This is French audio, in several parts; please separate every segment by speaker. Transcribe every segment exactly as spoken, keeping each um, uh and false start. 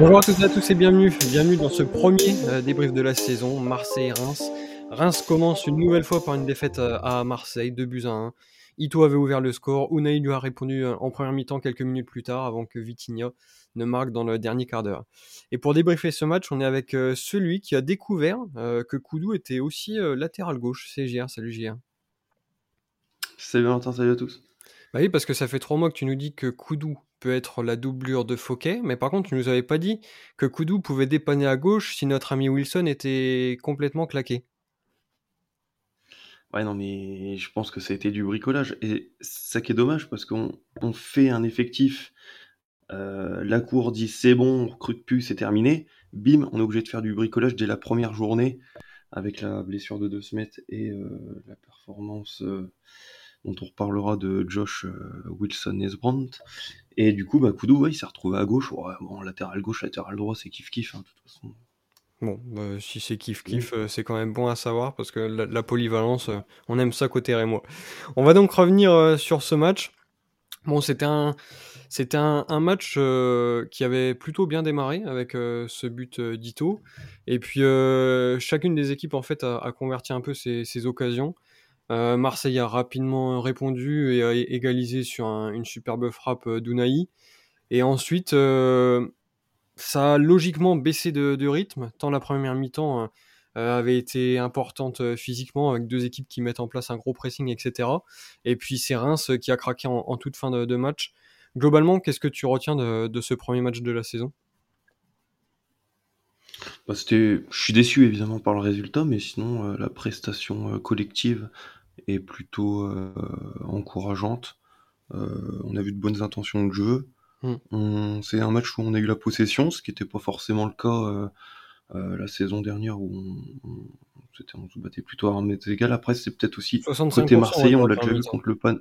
Speaker 1: Bonjour à toutes et à tous et bienvenue, bienvenue dans ce premier euh, débrief de la saison, Marseille-Reims. Reims commence une nouvelle fois par une défaite euh, à Marseille, deux buts à un. Ito avait ouvert le score, Unai lui a répondu euh, en première mi-temps quelques minutes plus tard avant que Vitinha ne marque dans le dernier quart d'heure. Et pour débriefer ce match, on est avec euh, celui qui a découvert euh, que Koudou était aussi euh, latéral gauche, c'est J R, salut J R.
Speaker 2: Salut Valentin, salut à tous.
Speaker 1: Bah oui, parce que ça fait trois mois que tu nous dis que Koudou peut être la doublure de Fouquet, mais par contre, tu nous avais pas dit que Koudou pouvait dépanner à gauche si notre ami Wilson était complètement claqué.
Speaker 2: Ouais, non, mais je pense que ça a été du bricolage. Et ça qui est dommage, parce qu'on on fait un effectif, euh, la cour dit c'est bon, on recrute plus, c'est terminé. Bim, on est obligé de faire du bricolage dès la première journée, avec la blessure de De Smet et euh, la performance euh, dont on reparlera de Josh euh, Wilson Nesbrandt. Et du coup, bah, Koudou, ouais, il s'est retrouvé à gauche. Ouais, bon, latéral gauche, latéral droit, c'est kiff-kiff, hein, de toute façon.
Speaker 1: Bon, bah, si c'est
Speaker 2: Mm.
Speaker 1: kiff-kiff, euh, c'est quand même bon à savoir, parce que la, la polyvalence, euh, on aime ça côté Rémois. On va donc revenir euh, sur ce match. Bon, c'était un, c'était un, un match euh, qui avait plutôt bien démarré avec euh, ce but euh, d'Ito. Et puis, euh, chacune des équipes, en fait, a, a converti un peu ses, ses occasions. Euh, Marseille a rapidement répondu et a é- égalisé sur un- une superbe frappe euh, d'Unai. Et ensuite, euh, ça a logiquement baissé de, de rythme, tant la première mi-temps euh, euh, avait été importante euh, physiquement, avec deux équipes qui mettent en place un gros pressing, et cetera. Et puis c'est Reims euh, qui a craqué en, en toute fin de, de match. Globalement, qu'est-ce que tu retiens de, de ce premier match de la saison?
Speaker 2: Bah, c'était... Je suis déçu évidemment par le résultat, mais sinon euh, la prestation euh, collective est plutôt euh, encourageante. Euh, on a vu de bonnes intentions de jeu.
Speaker 1: Hmm.
Speaker 2: On... C'est un match où on a eu la possession, ce qui n'était pas forcément le cas euh, euh, la saison dernière où on, on... C'était... on se battait plutôt à armes égales. Après, c'est peut-être aussi côté
Speaker 1: soixante-cinq pour cent ouais,
Speaker 2: marseillais,
Speaker 1: dans
Speaker 2: on
Speaker 1: la
Speaker 2: l'a
Speaker 1: première
Speaker 2: déjà vu
Speaker 1: mi-temps.
Speaker 2: contre le Pan.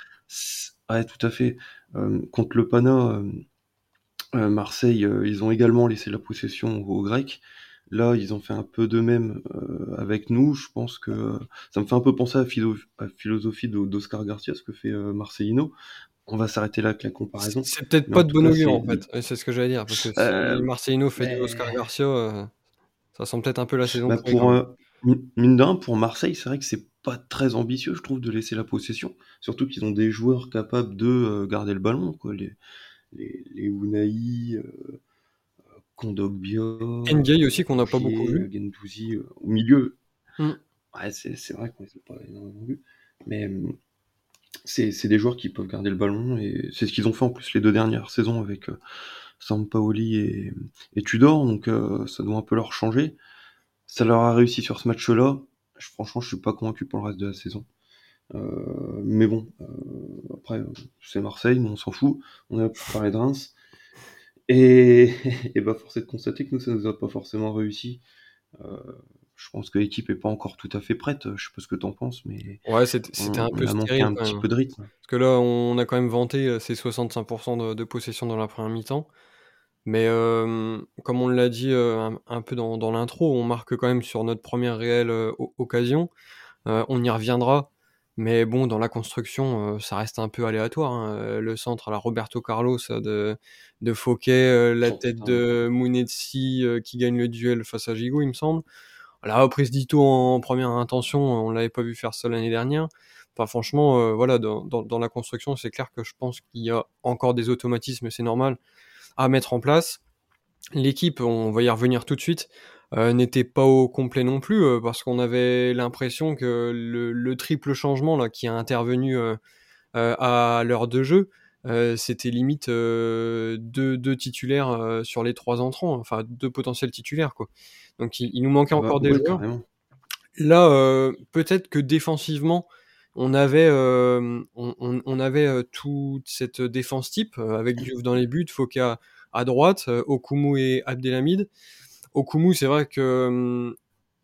Speaker 2: Ouais, tout à fait. Euh, contre le Pana, euh, euh, Marseille, euh, ils ont également laissé la possession aux Grecs. Là, ils ont fait un peu de même euh, avec nous. Je pense que euh, ça me fait un peu penser à la philo- à la philosophie d'O- d'Oscar Garcia, ce que fait euh, Marcelino. On va s'arrêter là avec la
Speaker 1: C'est
Speaker 2: comparaison.
Speaker 1: c'est peut-être
Speaker 2: Mais
Speaker 1: pas
Speaker 2: en
Speaker 1: de
Speaker 2: tout
Speaker 1: bon
Speaker 2: cas,
Speaker 1: augure
Speaker 2: c'est
Speaker 1: en fait,
Speaker 2: des...
Speaker 1: et c'est ce que j'allais dire, parce que si
Speaker 2: euh,
Speaker 1: Marcelino fait du Oscar
Speaker 2: mais...
Speaker 1: Garcia, euh, ça sent peut-être un peu la saison
Speaker 2: bah,
Speaker 1: pourrie quand
Speaker 2: pour
Speaker 1: même.
Speaker 2: euh, mi- mine d'un, pour Marseille, c'est vrai que c'est pas très ambitieux, je trouve, de laisser la possession. Surtout qu'ils ont des joueurs capables de euh, garder le ballon, quoi. Les, les, les Unai, euh, Kondogbia, euh,
Speaker 1: Ndiaye aussi qu'on n'a pas beaucoup
Speaker 2: Rongier,
Speaker 1: vu.
Speaker 2: euh, Guendouzi, euh, au milieu.
Speaker 1: Hmm.
Speaker 2: Ouais, c'est c'est vrai qu'on les a pas énormément vus. Mais euh, c'est c'est des joueurs qui peuvent garder le ballon et c'est ce qu'ils ont fait en plus les deux dernières saisons avec euh, Sampaoli et, et Tudor, donc euh, ça doit un peu leur changer. Ça leur a réussi sur ce match-là. Je- Franchement, je suis pas convaincu pour le reste de la saison. Euh, mais bon, euh, après, euh, c'est Marseille, nous on s'en fout. On est là pour parler de Reims. Et, et bah, force est de constater que nous, ça nous a pas forcément réussi. Euh, je pense que l'équipe est pas encore tout à fait prête. Je sais pas ce que t'en penses, mais
Speaker 1: Ouais, c'était c'était
Speaker 2: on,
Speaker 1: un
Speaker 2: on
Speaker 1: peu
Speaker 2: a manqué
Speaker 1: stérile
Speaker 2: un
Speaker 1: quand
Speaker 2: petit
Speaker 1: même.
Speaker 2: peu de rythme.
Speaker 1: Parce que là, on a quand même vanté euh, ces soixante-cinq pour cent de, de possession dans la première mi-temps. Mais euh, comme on l'a dit euh, un, un peu dans, dans l'intro, on marque quand même sur notre première réelle euh, o- occasion. Euh, on y reviendra. Mais bon, dans la construction, euh, ça reste un peu aléatoire, hein. Euh, Le centre à la Roberto Carlos euh, de, de Fouquet, euh, la
Speaker 2: Oh
Speaker 1: tête
Speaker 2: putain.
Speaker 1: de Mounetzi euh, qui gagne le duel face à Gigot, il me semble. La reprise d'Ito en première intention, on l'avait pas vu faire ça l'année dernière. Enfin, franchement, euh, voilà, dans, dans, dans la construction, c'est clair que je pense qu'il y a encore des automatismes, c'est normal, à mettre en place. L'équipe, on va y revenir tout de suite, euh, n'était pas au complet non plus, euh, parce qu'on avait l'impression que le, le triple changement là qui a intervenu euh, euh, à l'heure de jeu, euh, c'était limite euh, deux, deux titulaires euh, sur les trois entrants, enfin deux potentiels titulaires quoi. Donc il, il nous manquait
Speaker 2: Ah bah
Speaker 1: encore des
Speaker 2: ouais,
Speaker 1: joueurs.
Speaker 2: carrément.
Speaker 1: Là, euh, peut-être que défensivement, on avait, euh, on, on- on avait euh, toute cette défense type, euh, avec Diouf dans les buts, Fouquet à, à droite, euh, Okumu et Abdelhamid. Okumu, c'est vrai que hum,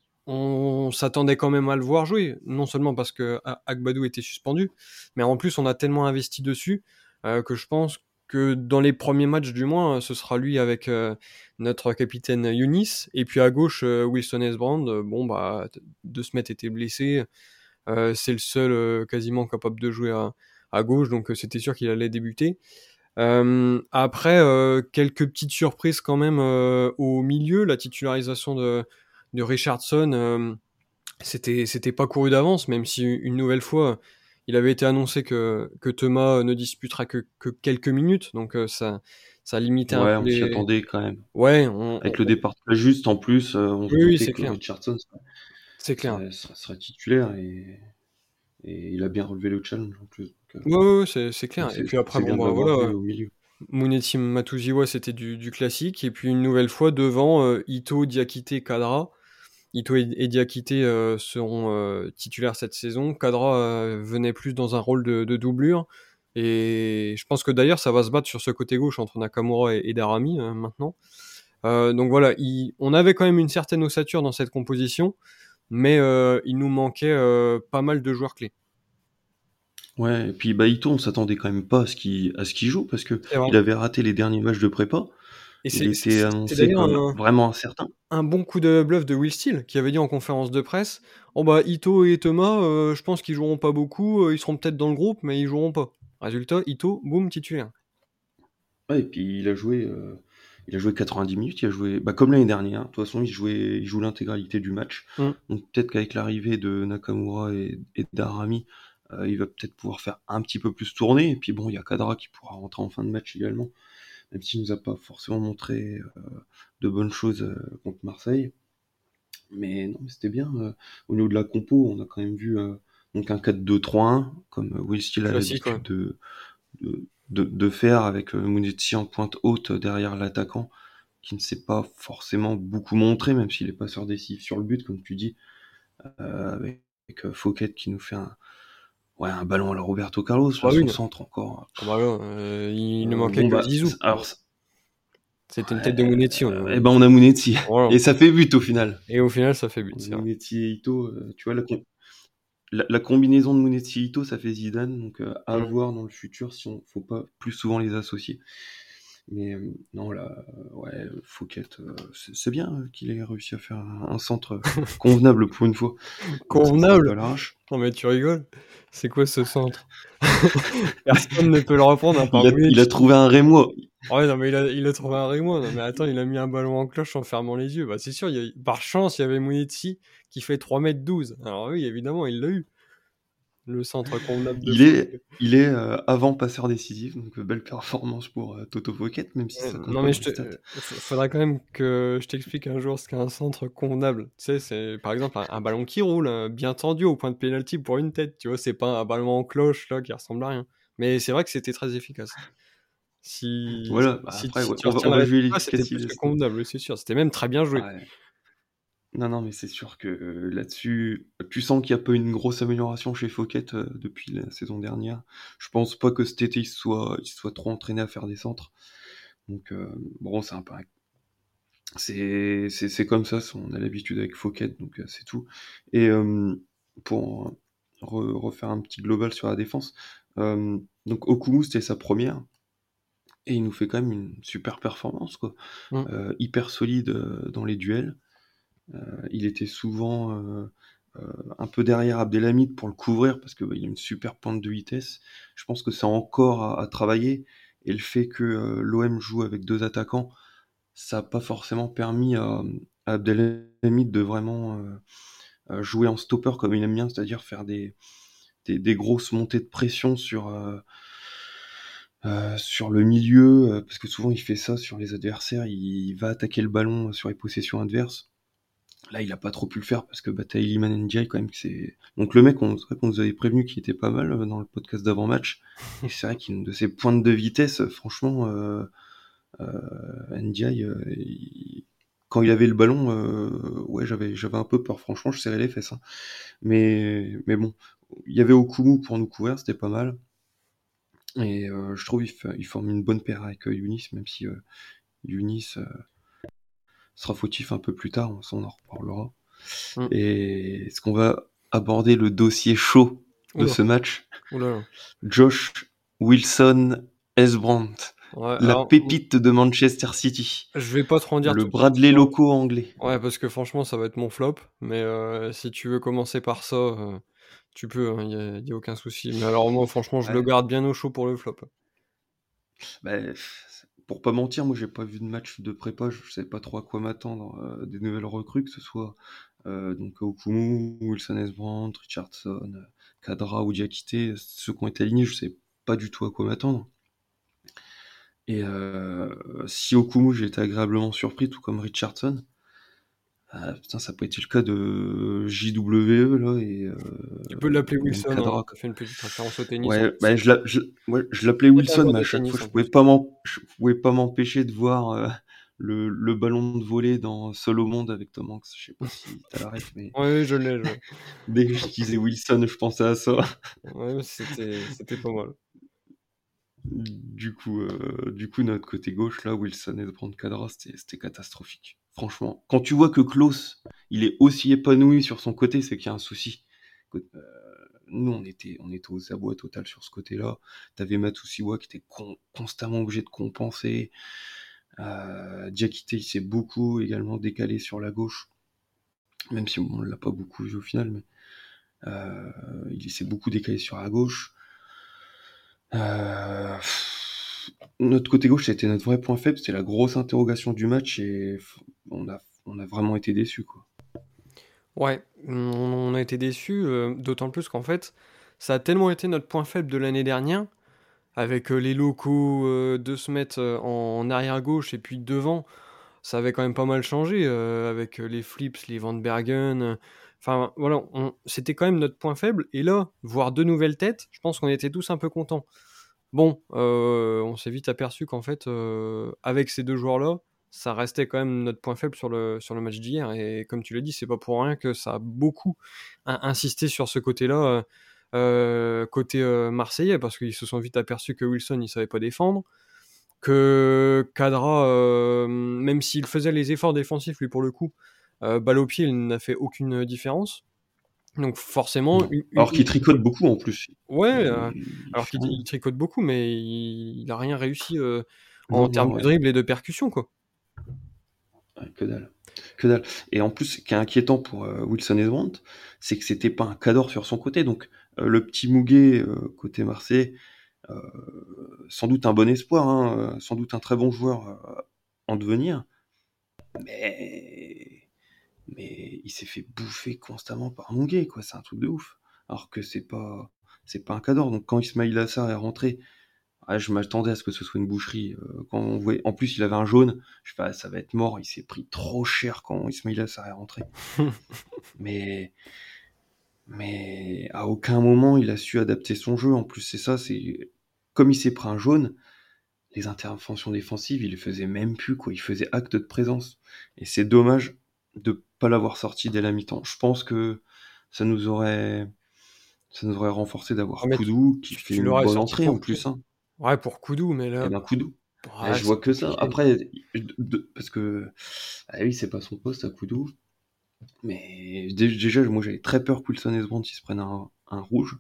Speaker 1: on s'attendait quand même à le voir jouer, non seulement parce que A- Agbadou était suspendu, mais en plus on a tellement investi dessus euh, que je pense que dans les premiers matchs du moins, ce sera lui avec euh, notre capitaine Younis, et puis à gauche euh, Wilson Esbrand. Euh, bon bah De Smet était blessé, euh, c'est le seul euh, quasiment capable de jouer à, à gauche, donc euh, c'était sûr qu'il allait débuter. Euh, après, euh, quelques petites surprises quand même euh, au milieu. La titularisation de, de Richardson, euh, c'était, c'était pas couru d'avance, même si une nouvelle fois, il avait été annoncé que, que Thomas ne disputera que, que quelques minutes. Donc euh, ça, ça limitait un
Speaker 2: Ouais,
Speaker 1: peu
Speaker 2: on s'y
Speaker 1: les...
Speaker 2: attendait quand même.
Speaker 1: Ouais, on, on-
Speaker 2: Avec le départ très juste, en plus, euh, on se
Speaker 1: oui, oui,
Speaker 2: doutait
Speaker 1: c'est
Speaker 2: que
Speaker 1: clair.
Speaker 2: Richardson serait,
Speaker 1: C'est clair.
Speaker 2: serait, serait- serait titulaire et, et il a bien relevé le challenge en plus. Donc, euh,
Speaker 1: Ouais, ouais, ouais, c'est, c'est
Speaker 2: donc
Speaker 1: clair. Et
Speaker 2: c'est
Speaker 1: puis après,
Speaker 2: c'est
Speaker 1: bon,
Speaker 2: bien de
Speaker 1: bah
Speaker 2: l'avoir vu
Speaker 1: voilà,
Speaker 2: au milieu.
Speaker 1: Muneti Matuziwa, c'était du, du classique. Et puis une nouvelle fois, devant, euh, Ito, Diakité, Kadra. Ito et, et Diakité euh, seront euh, titulaires cette saison. Kadra euh, venait plus dans un rôle de, de doublure. Et je pense que d'ailleurs, ça va se battre sur ce côté gauche entre Nakamura et, et Darami euh, maintenant. Euh, donc voilà, il, on avait quand même une certaine ossature dans cette composition, mais euh, il nous manquait euh, pas mal de joueurs clés.
Speaker 2: Ouais, et puis bah, Ito, on s'attendait quand même pas à ce qu'il à ce qu'il joue parce que
Speaker 1: C'est vrai.
Speaker 2: il avait raté les derniers matchs de prépa.
Speaker 1: Et
Speaker 2: Il
Speaker 1: c'est,
Speaker 2: était
Speaker 1: c'est, c'est
Speaker 2: annoncé
Speaker 1: d'ailleurs
Speaker 2: comme
Speaker 1: un,
Speaker 2: vraiment incertain.
Speaker 1: un bon coup de bluff de Will Steele qui avait dit en conférence de presse, oh bah Ito et Thomas, euh, je pense qu'ils joueront pas beaucoup, euh, ils seront peut-être dans le groupe, mais ils joueront pas. Résultat, Ito, boum, titulaire.
Speaker 2: Ouais, et puis il a joué, euh, il a joué quatre-vingt-dix minutes. Il a joué, bah, comme l'année dernière. De toute façon, il jouait, il joue l'intégralité du match.
Speaker 1: Mm.
Speaker 2: Donc peut-être qu'avec l'arrivée de Nakamura et, et d'Arami, euh, il va peut-être pouvoir faire un petit peu plus tourner. Et puis bon, il y a Kadra qui pourra rentrer en fin de match également, même s'il nous a pas forcément montré euh, de bonnes choses euh, contre Marseille. Mais non, mais c'était bien. euh, au niveau de la compo, on a quand même vu euh, donc un quatre deux trois un, comme euh, Will Steele a
Speaker 1: Classique, ouais.
Speaker 2: l'habitude de, de, de, de faire, avec euh, Munetsi en pointe haute derrière l'attaquant, qui ne s'est pas forcément beaucoup montré, même s'il est passeur décisif sur le but, comme tu dis, euh, avec, avec euh, Fouquet qui nous fait un, ouais, un ballon à la Roberto Carlos,
Speaker 1: Ah
Speaker 2: là,
Speaker 1: oui,
Speaker 2: son
Speaker 1: non.
Speaker 2: centre encore.
Speaker 1: Oh bah là, euh, il ne
Speaker 2: Euh,
Speaker 1: manquait
Speaker 2: bon,
Speaker 1: que
Speaker 2: bah,
Speaker 1: Zizou.
Speaker 2: alors,
Speaker 1: C'était une tête de
Speaker 2: ouais,
Speaker 1: Monetti. On
Speaker 2: eh
Speaker 1: a...
Speaker 2: ben, on a Munetsi.
Speaker 1: Voilà.
Speaker 2: Et ça fait but au final.
Speaker 1: Et au final, ça fait but, c'est vrai.
Speaker 2: Munetsi et Ito, euh, tu vois, la, La, la combinaison de Munetsi et Ito, ça fait Zidane, donc euh, à
Speaker 1: Mm.
Speaker 2: voir dans le futur si on faut pas plus souvent les associer. Mais euh, non, là, euh, ouais, Fouquet, euh, c'est c'est bien euh, qu'il ait réussi à faire un, un centre convenable pour une fois. Donc ça sera un peu
Speaker 1: Convenable.
Speaker 2: à l'arrache.
Speaker 1: Non mais tu rigoles. C'est quoi ce centre? Personne ne peut le reprendre à part
Speaker 2: Il a, il a
Speaker 1: Bonucci.
Speaker 2: trouvé un Rémois.
Speaker 1: Ouais, non, mais il a, il a trouvé un Rémois. Non, mais attends, il a mis un ballon en cloche en fermant les yeux. Bah, c'est sûr, il y a, par chance, il y avait Monetti qui fait trois mètres douze. Alors oui, évidemment, il l'a eu. Le centre convenable de
Speaker 2: Il
Speaker 1: fou.
Speaker 2: est, il est euh, avant passeur décisif, donc euh, belle performance pour euh, Toto Fouquet, même si
Speaker 1: Ouais,
Speaker 2: ça compte
Speaker 1: non,
Speaker 2: pas
Speaker 1: mais
Speaker 2: dans
Speaker 1: je
Speaker 2: les
Speaker 1: te,
Speaker 2: stats.
Speaker 1: euh, f- faudrait quand même que je t'explique un jour ce qu'est un centre convenable. Tu sais, c'est par exemple un, un ballon qui roule, euh, bien tendu au point de pénalty pour une tête. Tu vois, c'est pas un ballon en cloche là qui ressemble à rien. Mais c'est vrai que c'était très efficace. Si,
Speaker 2: Voilà, bah
Speaker 1: si,
Speaker 2: après,
Speaker 1: si
Speaker 2: ouais,
Speaker 1: tu
Speaker 2: on va,
Speaker 1: retiens
Speaker 2: on
Speaker 1: le
Speaker 2: va juger
Speaker 1: résultat, c'était plus que
Speaker 2: l'efficacité.
Speaker 1: convenable, oui, c'est sûr. C'était même très bien joué.
Speaker 2: Ouais. Non, non, mais c'est sûr que euh, là-dessus, tu sens qu'il n'y a pas une grosse amélioration chez Fouquet euh, depuis la saison dernière. Je pense pas que cet été il soit, il soit trop entraîné à faire des centres. Donc euh, bon, c'est un peu, c'est, c'est, c'est comme ça. On a l'habitude avec Fouquet, donc euh, c'est tout. Et euh, pour re- refaire un petit global sur la défense, euh, donc Okumu c'était sa première et il nous fait quand même une super performance, quoi.
Speaker 1: Mm.
Speaker 2: Euh, hyper solide euh, dans les duels. Euh, il était souvent euh, euh, un peu derrière Abdelhamid pour le couvrir parce qu'il bah, a une super pointe de vitesse. Je pense que c'est encore à, à travailler. Et le fait que euh, l'O M joue avec deux attaquants, ça n'a pas forcément permis à, à Abdelhamid de vraiment euh, jouer en stopper comme il aime bien, c'est-à-dire faire des, des, des grosses montées de pression sur, euh, euh, sur le milieu, euh, parce que souvent il fait ça sur les adversaires, il va attaquer le ballon sur les possessions adverses. Là, il a pas trop pu le faire parce que Bataille Liman Ndiaye, quand même, que c'est. Donc, le mec, on, c'est vrai qu'on nous avait prévenu qu'il était pas mal euh, dans le podcast d'avant-match. Et c'est vrai qu'il de ses pointes de vitesse, euh, franchement, euh, euh, Ndiaye, euh, il- quand il avait le ballon, euh, ouais, j'avais, j'avais un peu peur. Franchement, je serrais les fesses, hein. Mais, mais bon, il y avait Okumu pour nous couvrir, c'était pas mal. Et euh, je trouve qu'il il forme une bonne paire avec euh, Younis, même si euh, Younis euh, sera fautif un peu plus tard, on s'en en reparlera.
Speaker 1: Mm.
Speaker 2: Et est-ce qu'on va aborder le dossier chaud de
Speaker 1: Oula,
Speaker 2: ce match?
Speaker 1: oula.
Speaker 2: Josh Wilson Esbrandt,
Speaker 1: Ouais,
Speaker 2: la
Speaker 1: alors, mm,
Speaker 2: pépite de Manchester City,
Speaker 1: je vais pas trop en dire
Speaker 2: le
Speaker 1: tout de suite.
Speaker 2: Bradley Loco anglais.
Speaker 1: Ouais, parce que franchement, ça va être mon flop. Mais euh, si tu veux commencer par ça, euh, tu peux, il n'y a, y a aucun souci. Mais alors moi, franchement, je le
Speaker 2: Ouais.
Speaker 1: garde bien au chaud pour le flop.
Speaker 2: Bah, pour pas mentir, moi j'ai pas vu de match de prépa, je savais pas trop à quoi m'attendre euh, des nouvelles recrues, que ce soit euh, donc Okumu, Wilson S. Brandt, Richardson, euh, Kadra ou Diakité, ceux qui ont été alignés, je savais pas du tout à quoi m'attendre. Et euh, si Okumu, j'ai été agréablement surpris, tout comme Richardson. Ah, putain, ça n'a pas été le cas de J W E là et euh,
Speaker 1: Tu peux l'appeler
Speaker 2: même
Speaker 1: Wilson, hein,
Speaker 2: Kadra.
Speaker 1: ça fait une petite référence au tennis. En
Speaker 2: Ouais,
Speaker 1: fait,
Speaker 2: bah,
Speaker 1: c'est
Speaker 2: je l'a- je- ouais, je l'appelais
Speaker 1: c'est un
Speaker 2: Wilson,
Speaker 1: joueur
Speaker 2: mais à
Speaker 1: de
Speaker 2: chaque fois,
Speaker 1: tennis
Speaker 2: je
Speaker 1: en
Speaker 2: pouvais
Speaker 1: plus.
Speaker 2: pas m'en- je pouvais pas m'empêcher de voir euh, le, le ballon de volée dans Seul au monde avec Tom Hanks. Je sais pas si t'as la ref, mais
Speaker 1: Ouais, je l'ai, je l'ai.
Speaker 2: dès que je disais Wilson, je pensais à ça.
Speaker 1: Ouais, c'était, c'était pas mal.
Speaker 2: Du coup, euh, du coup, notre côté gauche, là, Wilson et de prendre Kadra, c'était c'était catastrophique. Franchement, quand tu vois que Klaus, il est aussi épanoui sur son côté, c'est qu'il y a un souci. Euh, nous, on était, on était aux abois total sur ce côté-là. T'avais Matusiwa qui était con- constamment obligé de compenser. Euh, Diakité, il s'est beaucoup également décalé sur la gauche, même si bon, on l'a pas beaucoup vu au final, mais euh, il s'est beaucoup décalé sur la gauche. Euh, notre côté gauche, c'était notre vrai point faible, c'était la grosse interrogation du match et on a, on a vraiment été déçus, quoi.
Speaker 1: Ouais, on, on a été déçus, euh, d'autant plus qu'en fait, ça a tellement été notre point faible de l'année dernière, avec euh, les locaux euh, de se mettre euh, en, en arrière gauche et puis devant, ça avait quand même pas mal changé euh, avec euh, les Flips, les Van Bergen. euh, Enfin voilà, on- c'était quand même notre point faible. Et là, voir deux nouvelles têtes, je pense qu'on était tous un peu contents. Bon, euh, on s'est vite aperçu qu'en fait, euh, avec ces deux joueurs-là, ça restait quand même notre point faible sur le, sur le match d'hier. Et comme tu l'as dit, c'est pas pour rien que ça a beaucoup in- insisté sur ce côté-là, euh, euh, côté euh, marseillais, parce qu'ils se sont vite aperçus que Wilson, il savait pas défendre, que Kadra, euh, même s'il faisait les efforts défensifs, lui pour le coup, euh, balle au pied, il n'a fait aucune différence. Donc forcément,
Speaker 2: Non.
Speaker 1: une,
Speaker 2: Alors qu'il
Speaker 1: une-
Speaker 2: tricote beaucoup en plus.
Speaker 1: ouais, euh,
Speaker 2: Il, il
Speaker 1: alors
Speaker 2: fait
Speaker 1: qu'il
Speaker 2: rien.
Speaker 1: il tricote beaucoup, mais il, il a rien réussi euh, en
Speaker 2: Non,
Speaker 1: termes
Speaker 2: non,
Speaker 1: de
Speaker 2: ouais.
Speaker 1: dribble et de percussion, quoi.
Speaker 2: Ouais, que dalle. Que dalle. Et en plus, ce qui est inquiétant pour euh, Wilson et Brandt, c'est que c'était pas un cador sur son côté. Donc, euh, le petit Mouguet, euh, côté Marseille, euh, sans doute un bon espoir, hein, euh, sans doute un très bon joueur euh, en devenir, mais mais il s'est fait bouffer constamment par Mouguet, quoi. C'est un truc de ouf. Alors que c'est pas c'est pas un cador. Donc quand Ismail Assar est rentré, ouais, je m'attendais à ce que ce soit une boucherie. Euh, quand on voyait... En plus, il avait un jaune. Je fais, ah, ça va être mort. Il s'est pris trop cher quand Ismail Assar est rentré. Mais mais à aucun moment il a su adapter son jeu. En plus, c'est ça. C'est comme il s'est pris un jaune. Les interventions défensives, il les faisait même plus, quoi. Il faisait acte de présence. Et c'est dommage de pas l'avoir sorti dès la mi-temps. Je pense que ça nous aurait, ça nous aurait renforcé
Speaker 1: Ah,
Speaker 2: d'avoir
Speaker 1: mais tu,
Speaker 2: Koudou qui
Speaker 1: tu-
Speaker 2: fait
Speaker 1: tu
Speaker 2: une
Speaker 1: l'aurais
Speaker 2: bonne
Speaker 1: sorti
Speaker 2: entrée en
Speaker 1: pour qui?
Speaker 2: plus, hein.
Speaker 1: Ouais, pour Koudou, mais
Speaker 2: Et
Speaker 1: là,
Speaker 2: ben Koudou. Ben,
Speaker 1: ouais,
Speaker 2: je
Speaker 1: c'est
Speaker 2: vois que ça.
Speaker 1: compliqué.
Speaker 2: Après, de- de- parce que ah oui, c'est pas son poste à Koudou. Mais dé- déjà, moi j'avais très peur que Wilson et Brandt ils se prennent un, un rouge.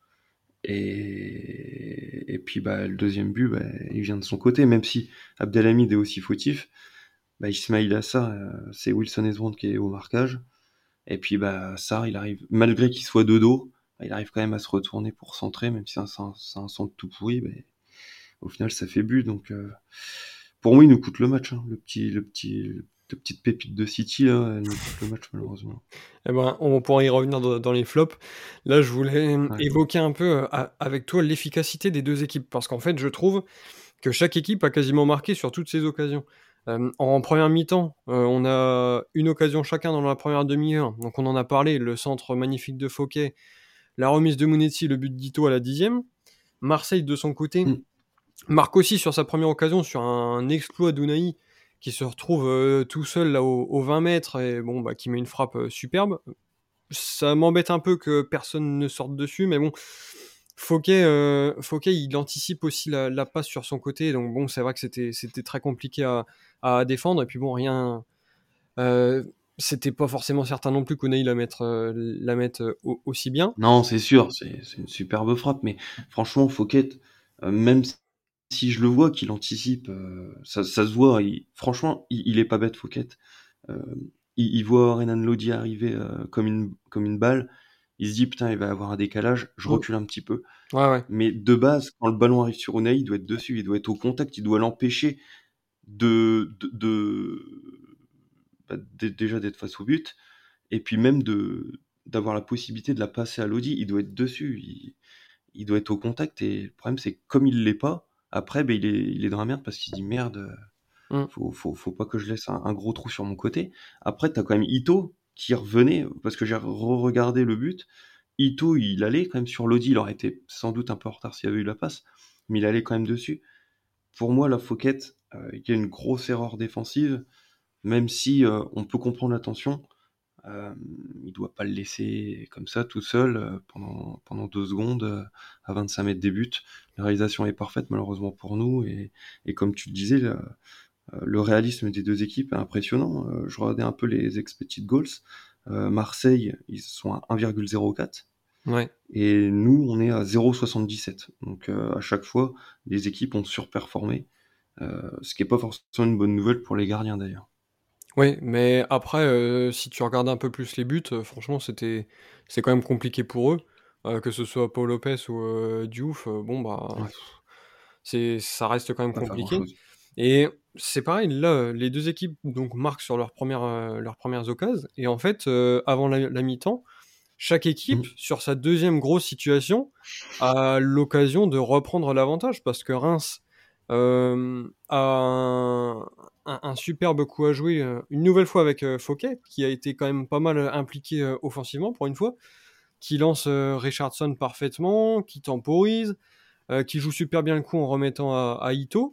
Speaker 2: Et, et puis bah, le deuxième but, bah, il vient de son côté, même si Abdelhamid est aussi fautif. Bah, Ismail Assar, euh, c'est Wilson Esbrand qui est au marquage. Et puis bah, Assar, il arrive, malgré qu'il soit de dos, bah, il arrive quand même à se retourner pour centrer, même si c'est un, c'est un centre tout pourri. Bah, au final, ça fait but. Donc euh, pour moi, il nous coûte le match. Hein. Le petit, le petit, le, la petite pépite de City, là, elle nous coûte le match, malheureusement.
Speaker 1: Eh ben, on pourra y revenir dans, dans les flops. Là, je voulais
Speaker 2: Ouais.
Speaker 1: évoquer un peu euh, a- avec toi l'efficacité des deux équipes, parce qu'en fait, je trouve que chaque équipe a quasiment marqué sur toutes ses occasions. Euh, en première mi-temps, euh, on a une occasion chacun dans la première demi-heure, donc on en a parlé, le centre magnifique de Fouquet, la remise de Monetti, le but d'Ito à la dixième. Marseille, de son côté,
Speaker 2: Mm.
Speaker 1: marque aussi sur sa première occasion, sur un exploit d'Unai, qui se retrouve euh, tout seul là au, au vingt mètres, et bon, bah, qui met une frappe euh, superbe. Ça m'embête un peu que personne ne sorte dessus, mais bon, Fouquet, euh, Fouquet, il anticipe aussi la, la passe sur son côté, donc bon, c'est vrai que c'était, c'était très compliqué à, à défendre, et puis bon, rien, euh, c'était pas forcément certain non plus qu'Unai la mette, euh, la mette euh, au- aussi bien.
Speaker 2: Non, c'est sûr, c'est c'est une superbe frappe, mais franchement, Fouquet, euh, même si je le vois qu'il anticipe, euh, ça, ça se voit, il- franchement, il, il est pas bête, Fouquet. Euh, il, il voit Renan Lodi arriver euh, comme, une, comme une balle, il se dit putain, il va y avoir un décalage, je
Speaker 1: Mm.
Speaker 2: recule un petit peu.
Speaker 1: Ouais, ouais.
Speaker 2: Mais de base, quand le ballon arrive sur Unai, il doit être dessus, il doit être au contact, il doit l'empêcher de, de, de- bah, d- déjà d'être face au but, et puis même de d'avoir la possibilité de la passer à Lodi, il doit être dessus, il, il doit être au contact, et le problème c'est que comme il l'est pas, après ben, il, est, il est dans la merde parce qu'il dit merde, euh,
Speaker 1: Mm.
Speaker 2: faut, faut, faut pas que je laisse un, un gros trou sur mon côté. Après t'as quand même Ito qui revenait, parce que j'ai re-regardé le but, Ito il allait quand même sur Lodi, il aurait été sans doute un peu en retard s'il y avait eu la passe, mais il allait quand même dessus. Pour moi, la Fouquet, euh, il y a une grosse erreur défensive, même si euh, on peut comprendre la tension. Euh, il doit pas le laisser comme ça tout seul euh, pendant, pendant deux secondes euh, à vingt-cinq mètres des buts. La réalisation est parfaite malheureusement pour nous et, et comme tu le disais, le, le réalisme des deux équipes est impressionnant. Euh, je regardais un peu les expected goals. Euh, Marseille, ils sont à un virgule zéro quatre
Speaker 1: Ouais.
Speaker 2: et nous, on est à zéro virgule soixante-dix-sept. Donc euh, à chaque fois, les équipes ont surperformé. Euh, ce qui est pas forcément une bonne nouvelle pour les gardiens d'ailleurs.
Speaker 1: Oui, mais après, euh, si tu regardes un peu plus les buts, euh, franchement, c'était, c'est quand même compliqué pour eux. Euh, que ce soit Paul Lopez ou euh, Diouf, euh, bon bah,
Speaker 2: Ouais,
Speaker 1: pff, c'est, ça reste quand même
Speaker 2: pas faire grand
Speaker 1: compliqué.
Speaker 2: chose.
Speaker 1: Et c'est pareil, là, euh, les deux équipes donc marquent sur leurs premières, euh, leurs premières occasions. Et en fait, euh, avant la, la mi-temps, chaque équipe,
Speaker 2: Mm.
Speaker 1: sur sa deuxième grosse situation, a l'occasion de reprendre l'avantage parce que Reims euh, a un, un- un superbe coup à jouer euh, une nouvelle fois avec euh, Fouquet, qui a été quand même pas mal euh, impliqué euh, offensivement pour une fois, qui lance euh, Richardson parfaitement, qui temporise, euh, qui joue super bien le coup en remettant à, à Ito.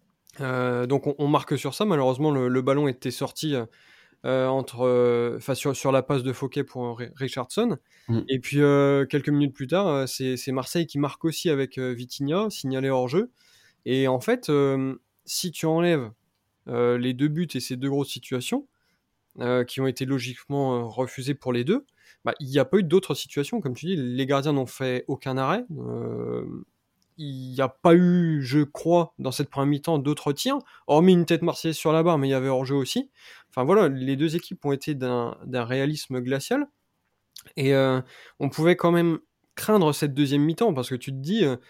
Speaker 1: Euh, donc on, on marque sur ça. Malheureusement, le, le ballon était sorti euh, euh, entre, euh, enfin sur, sur la passe de Fouquet pour euh, Richardson.
Speaker 2: Mm.
Speaker 1: Et puis euh, quelques minutes plus tard, euh, c'est, c'est Marseille qui marque aussi avec euh, Vitinha, signalé hors jeu. Et en fait, euh, si tu enlèves euh, les deux buts et ces deux grosses situations, euh, qui ont été logiquement euh, refusées pour les deux, bah, il n'y a pas eu d'autres situations. Comme tu dis, les gardiens n'ont fait aucun arrêt. Euh, il n'y a pas eu, je crois, dans cette première mi-temps, d'autres tirs, hormis une tête marseillaise sur la barre, mais il y avait hors-jeu aussi. Enfin voilà, les deux équipes ont été d'un, d'un réalisme glacial. Et euh, on pouvait quand même craindre cette deuxième mi-temps, parce que tu te dis, euh,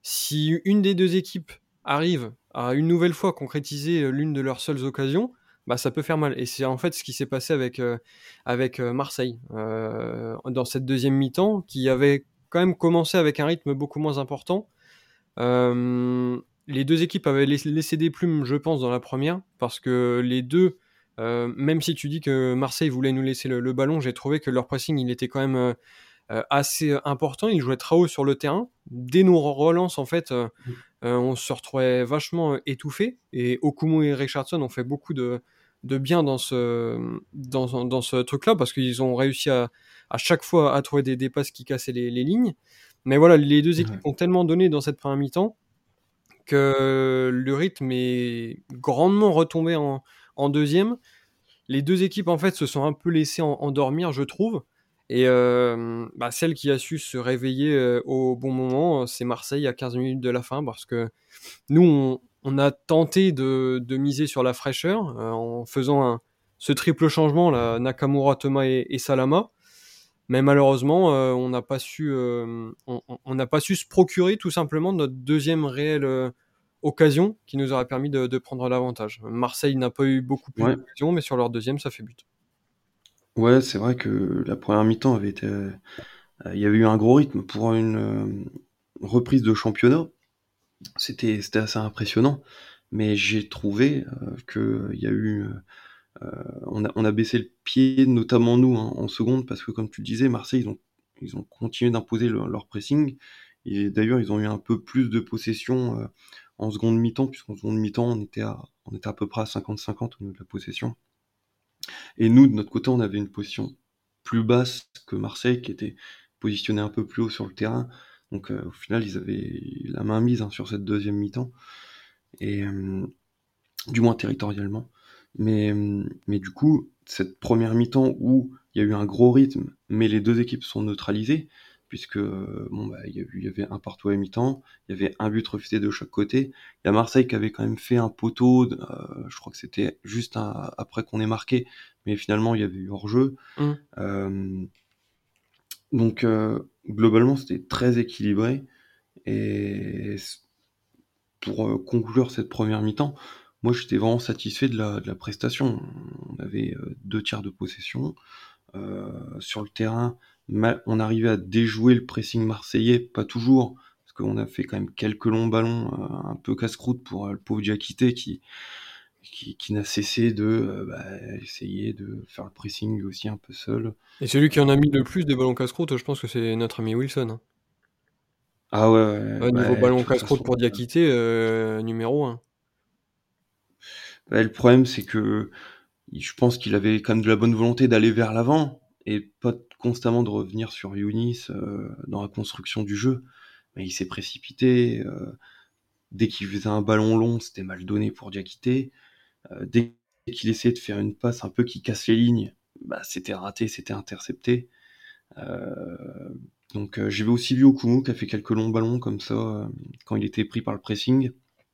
Speaker 1: si une des deux équipes arrive à une nouvelle fois concrétiser euh, l'une de leurs seules occasions, bah ça peut faire mal. Et c'est en fait ce qui s'est passé avec, euh, avec euh, Marseille euh, dans cette deuxième mi-temps, qui avait quand même commencé avec un rythme beaucoup moins important. Euh, les deux équipes avaient laissé des plumes, je pense, dans la première, parce que les deux, euh, même si tu dis que Marseille voulait nous laisser le, le ballon, j'ai trouvé que leur pressing, il était quand même euh, euh, assez important. Ils jouaient très haut sur le terrain. Dès nos relances, en fait, euh, euh, on se retrouvait vachement euh, étouffé. Et Okumu et Richardson ont fait beaucoup de, de bien dans ce, dans, dans ce truc-là, parce qu'ils ont réussi à, à chaque fois à trouver des, des passes qui cassaient les, les lignes. Mais voilà, les deux équipes
Speaker 2: Ouais.
Speaker 1: ont tellement donné dans cette première mi-temps que le rythme est grandement retombé en, en deuxième. Les deux équipes en fait se sont un peu laissées en- endormir, je trouve. Et euh, bah, celle qui a su se réveiller euh, au bon moment, c'est Marseille à quinze minutes de la fin, parce que nous, on, on a tenté de, de miser sur la fraîcheur euh, en faisant un, ce triple changement, là, Nakamura, Thomas et, et Salama. Mais malheureusement, euh, on n'a pas su, euh, on on- on n'a pas su se procurer tout simplement notre deuxième réelle euh, occasion qui nous aurait permis de, de prendre l'avantage. Marseille n'a pas eu beaucoup plus
Speaker 2: Ouais,
Speaker 1: d'occasions, mais sur leur deuxième, ça fait but.
Speaker 2: ouais, c'est vrai que la première mi-temps avait été, euh, il y avait eu un gros rythme pour une euh, reprise de championnat. C'était, c'était assez impressionnant, mais j'ai trouvé euh, que il y a eu, euh, on a, on a baissé le pied, notamment nous hein, en seconde, parce que comme tu le disais, Marseille, ils ont, ils ont continué d'imposer leur, leur pressing. Et d'ailleurs, ils ont eu un peu plus de possession euh, en seconde mi-temps, puisqu'en seconde mi-temps, on était à, on était à peu près à cinquante cinquante au niveau de la possession. Et nous, de notre côté, on avait une position plus basse que Marseille, qui était positionné un peu plus haut sur le terrain. Donc euh, au final, ils avaient la main mise hein, sur cette deuxième mi-temps, et euh, du moins territorialement. Mais, euh, mais du coup, cette première mi-temps où il y a eu un gros rythme, mais les deux équipes sont neutralisées, puisque euh, bon bah il y, a eu- il y avait un partout à mi-temps, il y avait un but refusé de chaque côté. Il y a Marseille qui avait quand même fait un poteau, euh, je crois que c'était juste un- après qu'on ait marqué, mais finalement il y avait eu hors-jeu.
Speaker 1: Hum.
Speaker 2: Euh, Donc euh, globalement, c'était très équilibré. Et pour euh, conclure cette première mi-temps, moi j'étais vraiment satisfait de la, de la prestation. On avait euh, deux tiers de possession. Euh, sur le terrain, mal- on arrivait à déjouer le pressing marseillais, pas toujours, parce qu'on a fait quand même quelques longs ballons euh, un peu casse-croûte pour euh, le pauvre Diakité qui, qui, qui n'a cessé de euh, bah, essayer de faire le pressing lui aussi un peu seul.
Speaker 1: Et celui qui en a mis le plus des ballons casse-croûte, je pense que c'est notre ami Wilson, hein.
Speaker 2: Ah ouais, ouais,
Speaker 1: Ouais, niveau
Speaker 2: bah, de
Speaker 1: ballon
Speaker 2: toute
Speaker 1: casse-croûte
Speaker 2: façon,
Speaker 1: pour Diakité, euh, numéro un.
Speaker 2: bah, le problème c'est que je pense qu'il avait quand même de la bonne volonté d'aller vers l'avant et pas constamment de revenir sur Younis euh, dans la construction du jeu. Mais il s'est précipité. Euh, dès qu'il faisait un ballon long, c'était mal donné pour Diakité. Euh, dès qu'il essayait de faire une passe un peu qui casse les lignes, bah, c'était raté, c'était intercepté. Euh, donc euh, j'ai aussi vu Okumu qui a fait quelques longs ballons comme ça euh, quand il était pris par le pressing.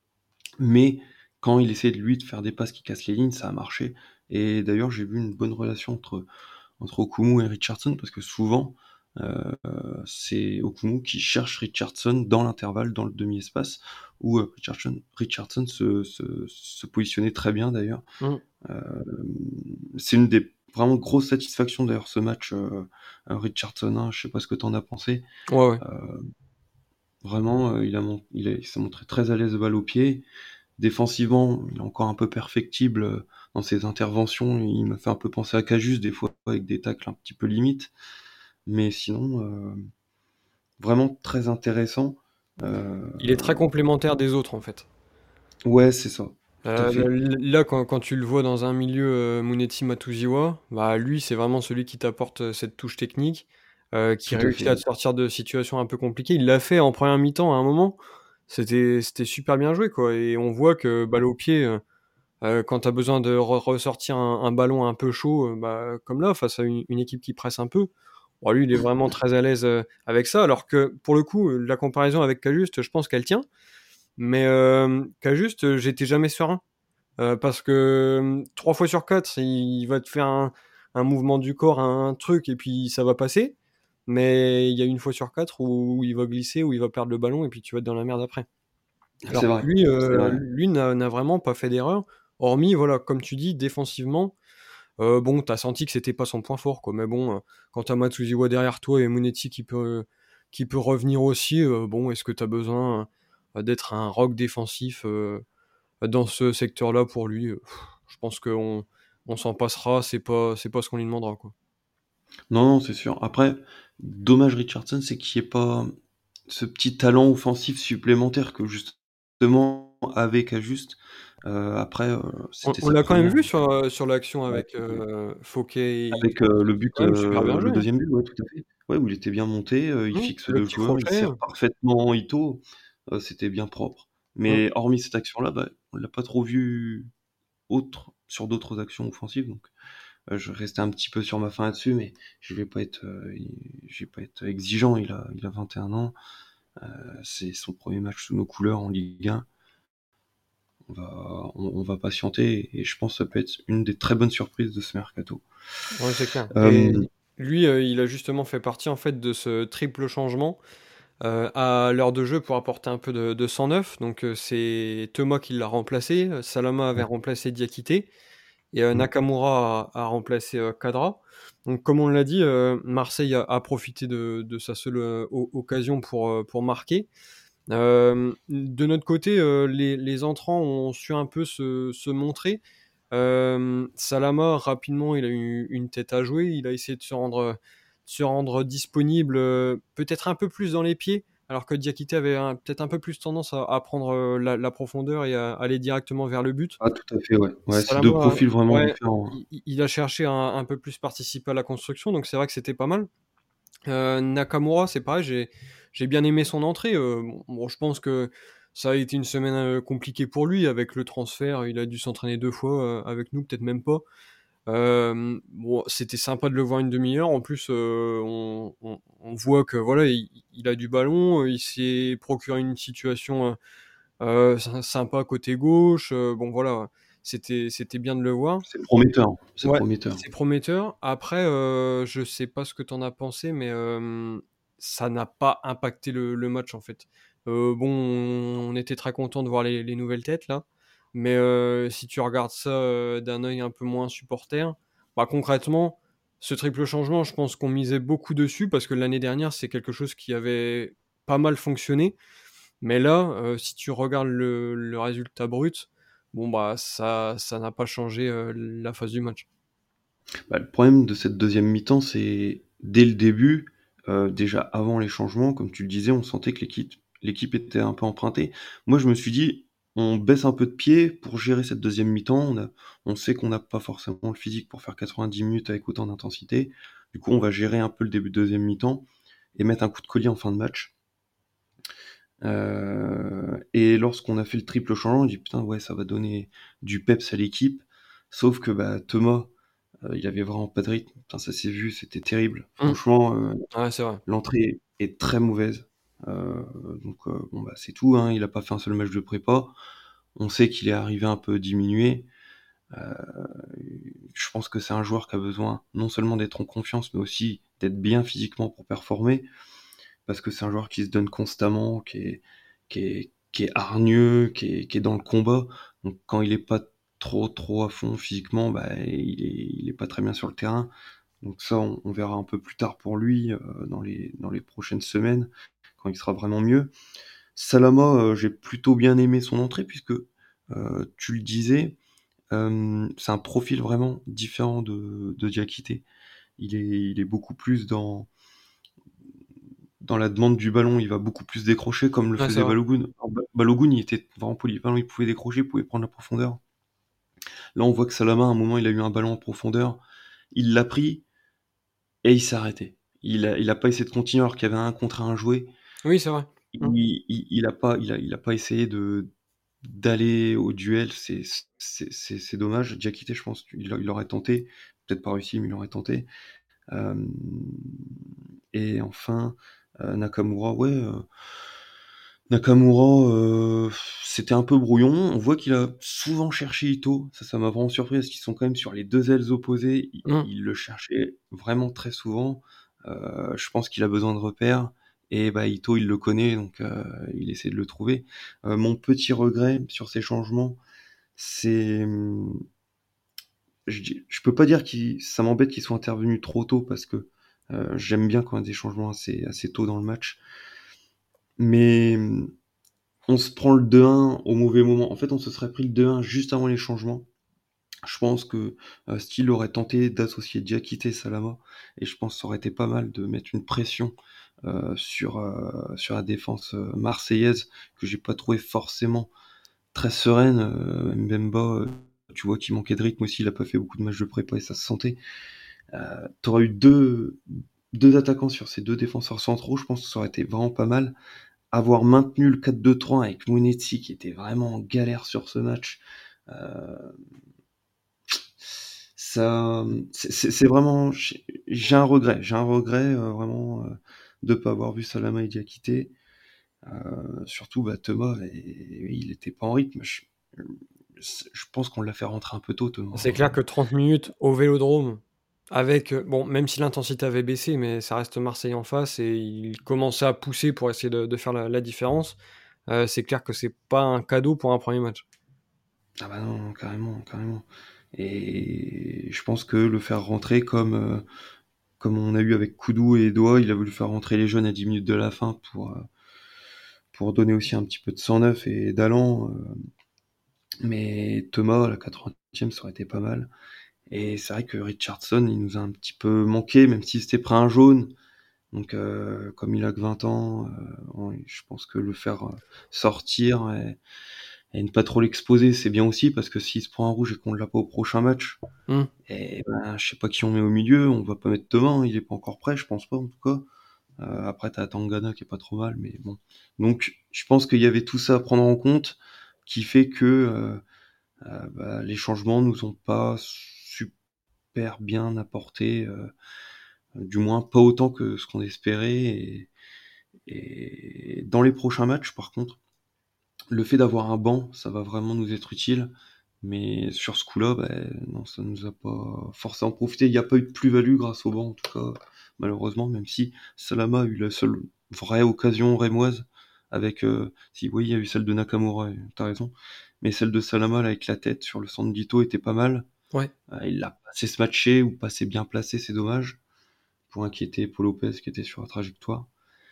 Speaker 2: Mais quand il essayait de lui de faire des passes qui cassent les lignes, ça a marché. Et d'ailleurs, j'ai vu une bonne relation entre, entre Okumu et Richardson parce que souvent, euh, c'est Okumu qui cherche Richardson dans l'intervalle, dans le demi-espace, où euh, Richardson, Richardson se, se, se positionnait très bien d'ailleurs.
Speaker 1: Mm.
Speaker 2: Euh, c'est une des vraiment grosses satisfactions d'ailleurs ce match euh, Richardson un, je sais pas ce que t'en as pensé.
Speaker 1: Ouais, ouais.
Speaker 2: Euh, vraiment, euh, il, a mon- il, a- il s'est montré très à l'aise de balle au pied. Défensivement, il est encore un peu perfectible euh, dans ses interventions. Il m'a fait un peu penser à Cajus des fois avec des tacles un petit peu limites. Mais sinon, euh, vraiment très intéressant. Euh,
Speaker 1: Il est très complémentaire des autres, en fait.
Speaker 2: ouais, c'est ça, tout à
Speaker 1: Euh,
Speaker 2: fait,
Speaker 1: là, quand, quand tu le vois dans un milieu euh, Muneti Matuziwa, bah lui, c'est vraiment celui qui t'apporte euh, cette touche technique, euh, qui
Speaker 2: tout à
Speaker 1: réussit
Speaker 2: fait.
Speaker 1: à te sortir de situations un peu compliquées. Il l'a fait en première mi-temps à un moment. C'était, c'était super bien joué, quoi. Et on voit que balle au pied, euh, euh, quand t'as besoin de re- ressortir un, un ballon un peu chaud, euh, bah, comme là, face à une, une équipe qui presse un peu, bon, lui, il est vraiment très à l'aise euh, avec ça. Alors que, pour le coup, la comparaison avec Cajuste, je pense qu'elle tient. Mais euh, Cajuste, j'étais jamais serein. Euh, parce que euh, trois fois sur quatre, il va te faire un, un mouvement du corps, un, truc, et puis ça va passer. Mais il y a une fois sur quatre où il va glisser, où il va perdre le ballon, et puis tu vas être dans la merde après.
Speaker 2: C'est
Speaker 1: Alors que
Speaker 2: vrai,
Speaker 1: lui,
Speaker 2: c'est
Speaker 1: euh,
Speaker 2: vrai.
Speaker 1: lui n'a n'a vraiment pas fait d'erreur. Hormis, voilà, comme tu dis, défensivement, euh, bon, t'as senti que c'était pas son point fort, quoi. Mais bon, euh, quand t'as Matsuziwa derrière toi et Monetti qui peut, qui peut revenir aussi, euh, bon, est-ce que t'as besoin euh, d'être un rock défensif euh, dans ce secteur-là pour lui? euh, pff, Je pense qu'on on s'en passera, c'est pas, c'est pas ce qu'on lui demandera, quoi.
Speaker 2: Non, non, c'est sûr. Après, dommage Richardson, c'est qu'il n'y ait pas ce petit talent offensif supplémentaire que justement avec Ajuste. Euh, après, euh,
Speaker 1: On,
Speaker 2: c'était
Speaker 1: on
Speaker 2: sa
Speaker 1: l'a quand même
Speaker 2: première.
Speaker 1: vu sur, euh, sur l'action
Speaker 2: Ouais,
Speaker 1: avec
Speaker 2: tout à fait.
Speaker 1: euh, Fouquet, et
Speaker 2: Avec euh, le
Speaker 1: c'est
Speaker 2: but,
Speaker 1: quand même super
Speaker 2: euh,
Speaker 1: bien
Speaker 2: le
Speaker 1: joué, hein.
Speaker 2: deuxième but, ouais, tout à fait. Ouais, où il était bien monté, euh, il
Speaker 1: Hum,
Speaker 2: fixe
Speaker 1: le
Speaker 2: deux
Speaker 1: petit
Speaker 2: joueurs, il
Speaker 1: crochet.
Speaker 2: sert parfaitement Ito, euh, c'était bien propre.
Speaker 1: Hum.
Speaker 2: Mais hormis cette action-là, bah, on l'a pas trop vu autre sur d'autres actions offensives, donc euh, je restais un petit peu sur ma faim là-dessus, mais je vais pas être, euh, je vais pas être exigeant. Il a, il a vingt et un ans, euh, c'est son premier match sous nos couleurs en Ligue un. On va, on, on va patienter et je pense que ça peut être une des très bonnes surprises de ce mercato.
Speaker 1: Ouais, c'est clair. Et
Speaker 2: Euh,
Speaker 1: lui, euh, il a justement fait partie en fait de ce triple changement euh, à l'heure de jeu pour apporter un peu de, de sang neuf. Donc euh, c'est Thomas qui l'a remplacé, euh, Salama avait
Speaker 2: ouais.
Speaker 1: remplacé Diakité et euh,
Speaker 2: Mm.
Speaker 1: Nakamura a, a remplacé euh, Kadra. Donc comme on l'a dit, euh, Marseille a, a profité de, de sa seule euh, o- occasion pour, euh, pour marquer. Euh, de notre côté, euh, les, les entrants ont su un peu se, se montrer. Euh, Salama, rapidement, il a eu une tête à jouer. Il a essayé de se rendre, se rendre disponible, euh, peut-être un peu plus dans les pieds, alors que Diakité avait un- peut-être un peu plus tendance à, à prendre euh, la, la profondeur et à aller directement vers le but.
Speaker 2: Ah, tout à fait, ouais. Ouais, c'est deux
Speaker 1: Salama,
Speaker 2: profils vraiment
Speaker 1: ouais,
Speaker 2: différents.
Speaker 1: il, il a cherché à un, un peu plus participer à la construction, donc c'est vrai que c'était pas mal. Euh, Nakamura, c'est pareil, j'ai j'ai bien aimé son entrée. Euh, bon, bon, je pense que ça a été une semaine euh, compliquée pour lui avec le transfert. Il a dû s'entraîner deux fois euh, avec nous, peut-être même pas. Euh, bon, c'était sympa de le voir une demi-heure. En plus, euh, on, on- on voit que voilà, il, il a du ballon. euh, Il s'est procuré une situation euh, euh, sy- sympa côté gauche. Euh, bon, voilà, c'était, c'était bien de le voir.
Speaker 2: C'est prometteur, c'est
Speaker 1: Ouais,
Speaker 2: prometteur.
Speaker 1: c'est prometteur. Après, euh, je sais pas ce que t'en as pensé, mais euh, ça n'a pas impacté le, le match en fait. Euh, bon, on, on était très content de voir les, les nouvelles têtes là, mais euh, si tu regardes ça euh, d'un œil un peu moins supporter, bah concrètement, ce triple changement, je pense qu'on misait beaucoup dessus parce que l'année dernière, c'est quelque chose qui avait pas mal fonctionné. Mais là, euh, si tu regardes le, le résultat brut, bon bah ça, ça n'a pas changé euh, la phase du match.
Speaker 2: Bah, le problème de cette deuxième mi-temps, c'est dès le début, euh, déjà avant les changements, comme tu le disais, on sentait que l'équipe, l'équipe était un peu empruntée. Moi, je me suis dit, on baisse un peu de pied pour gérer cette deuxième mi-temps. On, a- on sait qu'on n'a pas forcément le physique pour faire quatre-vingt-dix minutes avec autant d'intensité. Du coup, on va gérer un peu le début de deuxième mi-temps et mettre un coup de collier en fin de match. Euh, et lorsqu'on a fait le triple changement, on dit putain ouais ça va donner du peps à l'équipe. Sauf que bah Thomas, euh, il avait vraiment pas de rythme. Putain, ça s'est vu, c'était terrible.
Speaker 1: Hum,
Speaker 2: Franchement, euh,
Speaker 1: Ouais, c'est vrai.
Speaker 2: l'entrée est très mauvaise. Euh, donc euh, bon bah c'est tout. Hein, il a pas fait un seul match de prépa. On sait qu'il est arrivé un peu diminué. Euh, je pense que c'est un joueur qui a besoin non seulement d'être en confiance, mais aussi d'être bien physiquement pour performer parce que c'est un joueur qui se donne constamment, qui est, qui est, qui est hargneux, qui est, qui est dans le combat. Donc quand il est pas trop trop à fond physiquement, bah, il est, il est pas très bien sur le terrain. Donc ça, on, on verra un peu plus tard pour lui euh, dans les dans les prochaines semaines quand il sera vraiment mieux. Salama, euh, j'ai plutôt bien aimé son entrée puisque euh, tu le disais, euh, c'est un profil vraiment différent de de Diakité. Il est il est beaucoup plus dans dans la demande du ballon, il va beaucoup plus décrocher comme le
Speaker 1: Ouais, c'est
Speaker 2: faisait
Speaker 1: vrai.
Speaker 2: Balogun. Alors, Ba- Balogun, il était vraiment polyvalent, il pouvait décrocher, il pouvait prendre la profondeur. Là, on voit que Salama, à un moment, il a eu un ballon en profondeur, il l'a pris et il s'est arrêté. Il a, il a pas essayé de continuer alors qu'il y avait un contre un joué.
Speaker 1: Oui, c'est vrai. Hum.
Speaker 2: Il, il, il a pas, il a, il a pas essayé de d'aller au duel. C'est, c'est, c'est, c'est dommage. Diakité, je pense, il, il aurait tenté, peut-être pas réussi, mais il aurait tenté. Euh, et enfin, euh, Nakamura, ouais. euh, Nakamura, euh, c'était un peu brouillon. On voit qu'il a souvent cherché Ito. Ça, ça m'a vraiment surpris parce qu'ils sont quand même sur les deux ailes opposées. Il,
Speaker 1: Hum.
Speaker 2: il le cherchait vraiment très souvent. Euh, je pense qu'il a besoin de repères. Et bah Ito, il le connaît, donc euh, il essaie de le trouver. Euh, mon petit regret sur ces changements, c'est, hum, je, dis- je peux pas dire que ça m'embête qu'ils soient intervenus trop tôt parce que euh, j'aime bien quand il y a des changements assez, assez tôt dans le match. Mais hum, on se prend le deux un au mauvais moment. En fait, on se serait pris le deux un juste avant les changements. Je pense que euh, Steele aurait tenté d'associer Diakité et Salama, et je pense que ça aurait été pas mal de mettre une pression euh, sur, euh, sur la défense euh, marseillaise, que j'ai pas trouvé forcément très sereine. Euh, Mbemba, euh, tu vois qu'il manquait de rythme aussi, il a pas fait beaucoup de matchs de prépa et ça se sentait. Euh, T'aurais eu deux, deux attaquants sur ces deux défenseurs centraux, je pense que ça aurait été vraiment pas mal avoir maintenu le quatre deux trois avec Monetti qui était vraiment en galère sur ce match, euh, ça, c'est, c'est vraiment, j'ai un regret, j'ai un regret euh, vraiment euh, de pas avoir vu Salama et Diakité. Euh, surtout, bah, Thomas, et, il était pas en rythme. Je, je pense qu'on l'a fait rentrer un peu tôt, Thomas.
Speaker 1: C'est clair que trente minutes au Vélodrome, avec, euh, bon, même si l'intensité avait baissé, mais ça reste Marseille en face et il commençait à pousser pour essayer de, de faire la, la différence. Euh, c'est clair que c'est pas un cadeau pour un premier match.
Speaker 2: Ah bah non, non, carrément, carrément. Et je pense que le faire rentrer comme euh, comme on a eu avec Koudou et Edoa, il a voulu faire rentrer les jeunes à dix minutes de la fin pour euh, pour donner aussi un petit peu de sang neuf et d'allant. euh, Mais Thomas, à la quatre-vingtième, ça aurait été pas mal. Et c'est vrai que Richardson, il nous a un petit peu manqué, même s'il s'était pris un jaune. Donc, euh, comme il a que vingt ans, euh, ouais, je pense que le faire euh, sortir et, et ne pas trop l'exposer, c'est bien aussi, parce que s'il se prend un rouge et qu'on l'a pas au prochain match,
Speaker 1: Hmm.
Speaker 2: et ben, je sais pas qui on met au milieu, on va pas mettre Thomas, hein, il est pas encore prêt, je pense pas en tout cas. Euh, après, t'as Tangana qui est pas trop mal, mais bon. Donc, je pense qu'il y avait tout ça à prendre en compte, qui fait que euh, euh, bah, les changements nous ont pas super bien apporté, euh, du moins pas autant que ce qu'on espérait. Et, et dans les prochains matchs, par contre, le fait d'avoir un banc, ça va vraiment nous être utile Mais sur ce coup-là, bah, non, ça nous a pas forcément profité. Il n'y a pas eu de plus-value grâce au banc, en tout cas, malheureusement, même si Salama a eu la seule vraie occasion rémoise avec, euh, si oui, il y a eu celle de Nakamura, t'as raison, mais celle de Salama là, avec la tête sur le centre d'Ito était pas mal.
Speaker 1: Ouais.
Speaker 2: Euh, il l'a pas assez smatché ou pas assez bien placé, c'est dommage, pour inquiéter Paul Lopez qui était sur la trajectoire.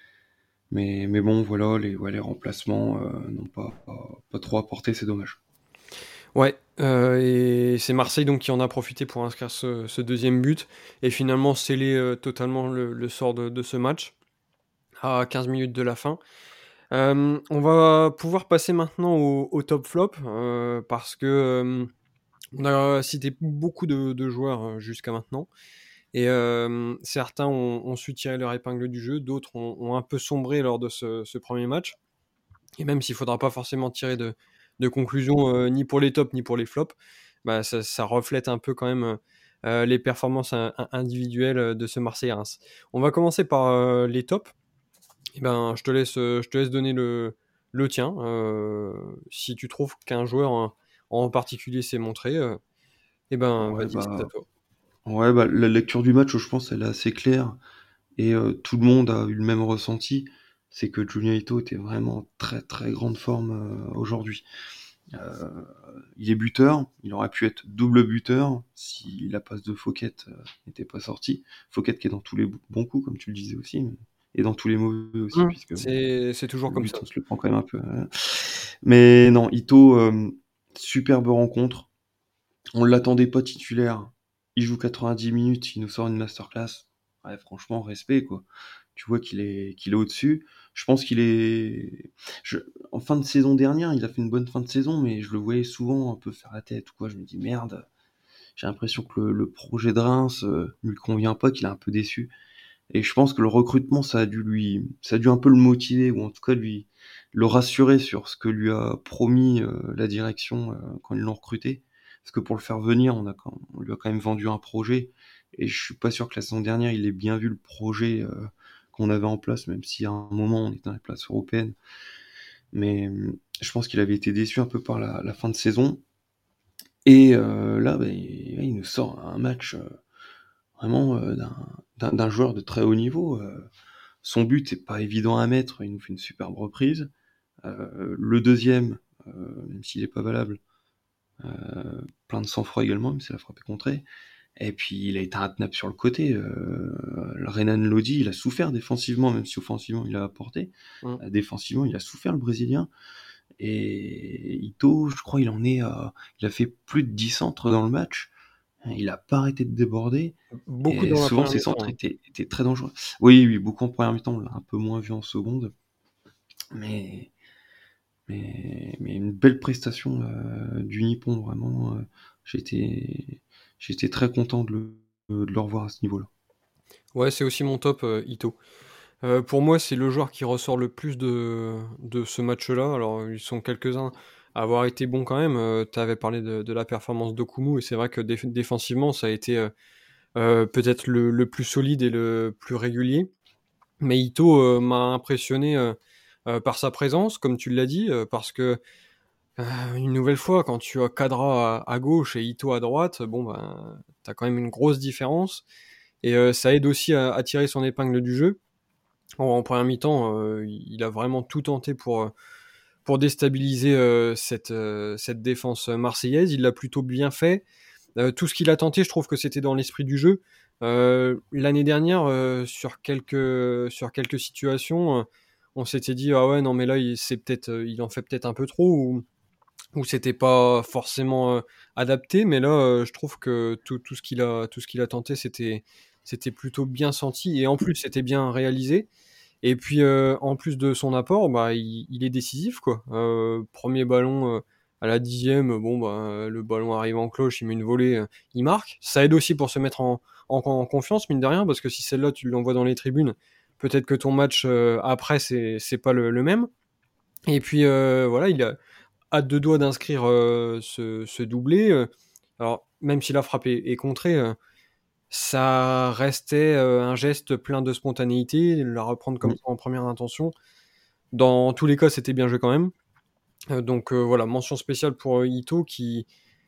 Speaker 2: Mais, mais bon, voilà, les, ouais, les remplacements euh, n'ont pas, pas, pas trop apporté, c'est dommage.
Speaker 1: Ouais, euh, et c'est Marseille donc qui en a profité pour inscrire ce, ce deuxième but et finalement sceller euh, totalement le, le sort de, de ce match à quinze minutes de la fin. Euh, on va pouvoir passer maintenant au, au top flop euh, parce que euh, on a cité beaucoup de, de joueurs euh, jusqu'à maintenant et euh, certains ont, ont su tirer leur épingle du jeu, d'autres ont, ont un peu sombré lors de ce, ce premier match. Et même s'il faudra pas forcément tirer de, de conclusion euh, ni pour les tops ni pour les flops, bah, ça, ça reflète un peu quand même euh, les performances in- individuelles euh, de ce Marseille-Reims. On va commencer par euh, les tops. Et ben, je te laisse, euh, je te laisse donner le, le tien. Euh, si tu trouves qu'un joueur en, en particulier s'est montré, euh, et ben,
Speaker 2: Ouais,
Speaker 1: vas-y, c'est à
Speaker 2: bah,
Speaker 1: toi.
Speaker 2: ouais, bah, la lecture du match, je pense, elle est assez claire. Et euh, tout le monde a eu le même ressenti. C'est que Julian Ito était vraiment en très très grande forme euh, aujourd'hui. Euh, il est buteur, il aurait pu être double buteur si la passe de Fouquet euh, n'était pas sortie. Fouquet qui est dans tous les bons coups, comme tu le disais aussi, mais- et dans tous les mauvais aussi,
Speaker 1: Hum,
Speaker 2: puisque bon,
Speaker 1: c'est, c'est toujours
Speaker 2: le
Speaker 1: comme ça.
Speaker 2: but on se le prend quand même un peu. euh. Mais non, Ito, euh, superbe rencontre. On l'attendait pas titulaire. Il joue quatre-vingt-dix minutes, il nous sort une masterclass. Ouais, franchement, respect, quoi. Tu vois qu'il est, qu'il est au-dessus. Je pense qu'il est. Je... En fin de saison dernière, il a fait une bonne fin de saison, mais je le voyais souvent un peu faire la tête. Quoi. Je me dis merde, j'ai l'impression que le, le projet de Reims euh, lui convient pas, qu'il est un peu déçu. Et je pense que le recrutement, ça a dû lui, ça a dû un peu le motiver, ou en tout cas lui, le rassurer sur ce que lui a promis euh, la direction euh, quand ils l'ont recruté. Parce que pour le faire venir, on, a, quand- on lui a quand même vendu un projet, et je suis pas sûr que la saison dernière, il ait bien vu le projet euh, qu'on avait en place, même si à un moment on était dans les places européennes. Mais euh, je pense qu'il avait été déçu un peu par la, la fin de saison. Et euh, là, bah, il, il nous sort un match euh, vraiment euh, d'un, d'un, d'un joueur de très haut niveau. euh, Son but est pas évident à mettre, il nous fait une superbe reprise. Euh, le deuxième, euh, même s'il est pas valable, euh, plein de sang-froid également, même si la frappe est contrée. Et puis il a été intenable sur le côté. Euh, Renan Lodi, il a souffert défensivement, même si offensivement il a apporté.
Speaker 1: Hum.
Speaker 2: Euh, défensivement, il a souffert le Brésilien. Et Ito, je crois, il en est à, il a fait plus de dix centres dans le match. Il a pas arrêté de déborder.
Speaker 1: Beaucoup
Speaker 2: Et
Speaker 1: dans la
Speaker 2: souvent,
Speaker 1: première
Speaker 2: ses
Speaker 1: mi-temps,
Speaker 2: centres
Speaker 1: hein.
Speaker 2: étaient, étaient très dangereux. Oui, oui, beaucoup en première mi-temps, on l'a un peu moins vu en seconde. Mais, mais, mais une belle prestation euh, du Nippon, vraiment. Euh, j'étais, j'étais très content de le, de le revoir à ce niveau-là.
Speaker 1: Ouais, c'est aussi mon top, euh, Ito. Euh, pour moi, c'est le joueur qui ressort le plus de, de ce match-là. Alors, ils sont quelques-uns à avoir été bons quand même. Tu avais parlé de, de la performance d'Okumu, et c'est vrai que déf- défensivement, ça a été euh, euh, peut-être le, le plus solide et le plus régulier. Mais Ito euh, m'a impressionné euh, euh, par sa présence, comme tu l'as dit, euh, parce que euh, une nouvelle fois, quand tu as Kadra à, à gauche et Ito à droite, bon ben, t'as quand même une grosse différence. Et euh, ça aide aussi à, à tirer son épingle du jeu. En, en première mi-temps, euh, il a vraiment tout tenté pour, euh, pour déstabiliser euh, cette, euh, cette défense marseillaise. Il l'a plutôt bien fait. Euh, tout ce qu'il a tenté, je trouve que c'était dans l'esprit du jeu. Euh, l'année dernière, euh, sur quelques sur quelques situations, euh, on s'était dit ah ouais non mais là il c'est peut-être euh, il en fait peut-être un peu trop ou ou c'était pas forcément euh, adapté. Mais là, euh, je trouve que tout, tout ce qu'il a tout ce qu'il a tenté, c'était c'était plutôt bien senti et en plus c'était bien réalisé. Et puis, euh, en plus de son apport, bah, il, il est décisif, quoi. Euh, premier ballon euh, à la dixième, bon, bah, le ballon arrive en cloche, il met une volée, euh, il marque. Ça aide aussi pour se mettre en, en, en confiance, mine de rien, parce que si celle-là, tu l'envoies dans les tribunes, peut-être que ton match euh, après, c'est, c'est pas le, le même. Et puis, euh, voilà, il a à deux doigts d'inscrire euh, ce, ce doublé. euh. Alors, même si la frappe est, est contrée, euh, ça restait euh, un geste plein de spontanéité, la reprendre comme
Speaker 2: Mm.
Speaker 1: ça en première intention. Dans tous les cas, c'était bien joué quand même. Euh, donc euh, voilà, mention spéciale pour euh, Ito qui,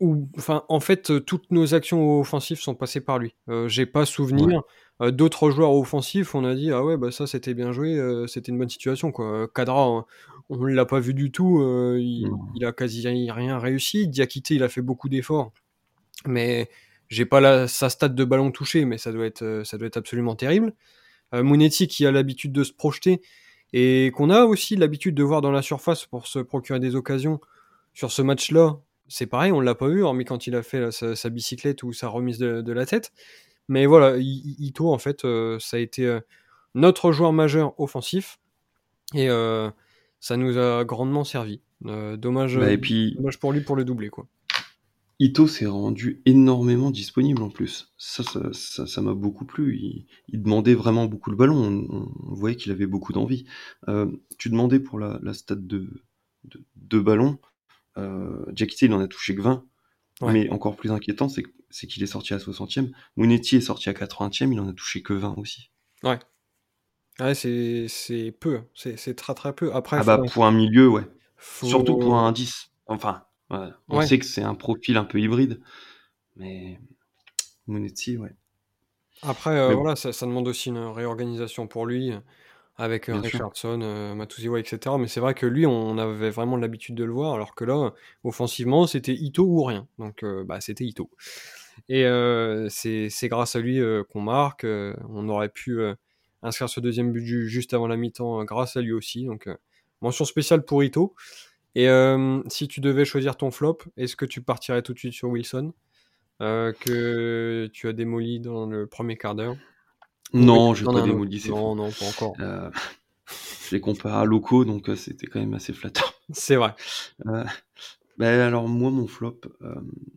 Speaker 1: Ou enfin, en fait, heu, toutes nos actions offensives sont passées par lui. Heu, j'ai pas
Speaker 2: Ouais.
Speaker 1: souvenir, heu, d'autres joueurs offensifs, on a dit: «Ah ouais, bah, ça c'était bien joué, heu, c'était une bonne situation, quoi». Heu, Khadra, on on l'a pas vu du tout, heu, il
Speaker 2: Non.
Speaker 1: il a quasi rien réussi. Diakité, il a fait beaucoup d'efforts, mais j'ai pas la sa stat de ballon touché, mais ça doit être, heu, ça doit être absolument terrible. Heu, Mounetti qui a l'habitude de se projeter et qu'on a aussi l'habitude de voir dans la surface pour se procurer des occasions. Sur ce match-là, c'est pareil, on l'a pas vu, hormis quand il a fait là, sa, sa bicyclette ou sa remise de, de la tête. Mais voilà, I- I- Ito, en fait, euh, ça a été euh, notre joueur majeur offensif et euh, ça nous a grandement servi. Euh, dommage,
Speaker 2: Bah, et puis,
Speaker 1: dommage pour lui pour le doubler, quoi.
Speaker 2: Ito s'est rendu énormément disponible en plus. Ça, ça, ça, ça m'a beaucoup plu. Il, il demandait vraiment beaucoup le ballon. On, on voyait qu'il avait beaucoup d'envie. Euh, tu demandais pour la, la stat de, de, de ballon. Euh, Diakité, il en a touché que vingt.
Speaker 1: Ouais,
Speaker 2: Mais encore plus inquiétant, c'est, que- c'est qu'il est sorti à soixantième. Mounetti est sorti à quatre-vingtième, il en a touché que vingt aussi.
Speaker 1: ouais. Ouais, c'est, c'est peu, c'est, c'est très très peu. Après,
Speaker 2: Ah bah
Speaker 1: faut,
Speaker 2: pour un milieu, ouais. Surtout pour
Speaker 1: faut,
Speaker 2: un dix. Enfin, ouais. On
Speaker 1: ouais.
Speaker 2: sait que c'est un profil un peu hybride. Mais Monetti, ouais.
Speaker 1: Après, euh,
Speaker 2: Mais bon,
Speaker 1: voilà, ça, ça demande aussi une réorganisation pour lui. Avec euh,
Speaker 2: bien sûr.
Speaker 1: Richardson, euh, Matuziwa, et cetera. Mais c'est vrai que lui, on avait vraiment l'habitude de le voir, alors que là, offensivement, c'était Ito ou rien. Donc, euh, bah, c'était Ito. Et euh, c'est c'est grâce à lui euh, qu'on marque. Euh, on aurait pu euh, inscrire ce deuxième but ju- juste avant la mi-temps euh, grâce à lui aussi. Donc, euh, mention spéciale pour Ito. Et euh, si tu devais choisir ton flop, est-ce que tu partirais tout de suite sur Wilson, euh, que tu as démoli dans le premier quart d'heure, ou est-ce
Speaker 2: Non,
Speaker 1: que
Speaker 2: j'ai
Speaker 1: tu en as
Speaker 2: pas
Speaker 1: un autre?
Speaker 2: démoli, c'est faux.
Speaker 1: Non, non, pas encore.
Speaker 2: Euh, je les compare à locaux, donc euh, c'était quand même assez flatteur.
Speaker 1: C'est vrai.
Speaker 2: Euh, bah, alors moi, mon flop, euh,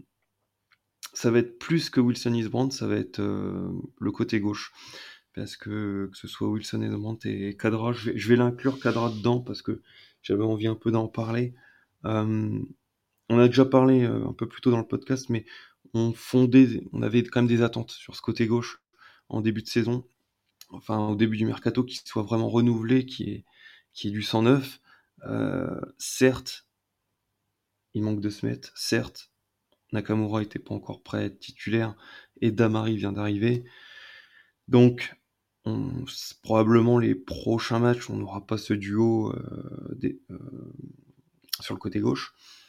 Speaker 2: ça va être plus que Wilson Isbrand, ça va être euh, le côté gauche. Parce que que ce soit Wilson Isbrand et Kadra, je vais, je vais l'inclure Kadra dedans parce que j'avais envie un peu d'en parler. Euh, on a déjà parlé euh, un peu plus tôt dans le podcast, mais on fondait, on avait quand même des attentes sur ce côté gauche en début de saison. Enfin au début du mercato, qui soit vraiment renouvelé, qui est qui est du sang neuf. Euh, certes, il manque de se mettre. Certes, Nakamura était pas encore prêt à être titulaire et Damari vient d'arriver. Donc on, probablement les prochains matchs, on n'aura pas ce duo euh, des, euh, sur le côté gauche.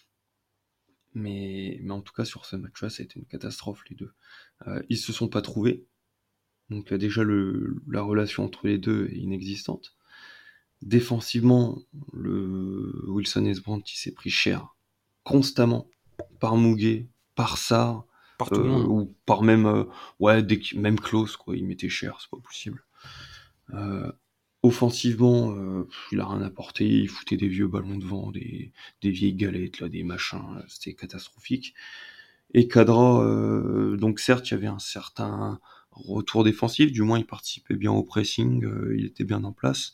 Speaker 2: Mais, mais en tout cas, sur ce match-là, ça a été une catastrophe, les deux. Euh, ils se sont pas trouvés. Donc euh, déjà, le, la relation entre les deux est inexistante. Défensivement, le Wilson Esbrand, il s'est pris cher constamment par Muguet, par Sarr,
Speaker 1: Par tout le
Speaker 2: euh,
Speaker 1: monde.
Speaker 2: ou par même, euh, ouais, dès qu'il- même Klaus, quoi, il mettait cher, c'est pas possible. Euh, Offensivement, euh, pff, il a rien apporté, il foutait des vieux ballons devant, des, des vieilles galettes, là, des machins, là, c'était catastrophique. Et Kadra, euh, donc certes, il y avait un certain retour défensif, du moins il participait bien au pressing, euh, il était bien en place,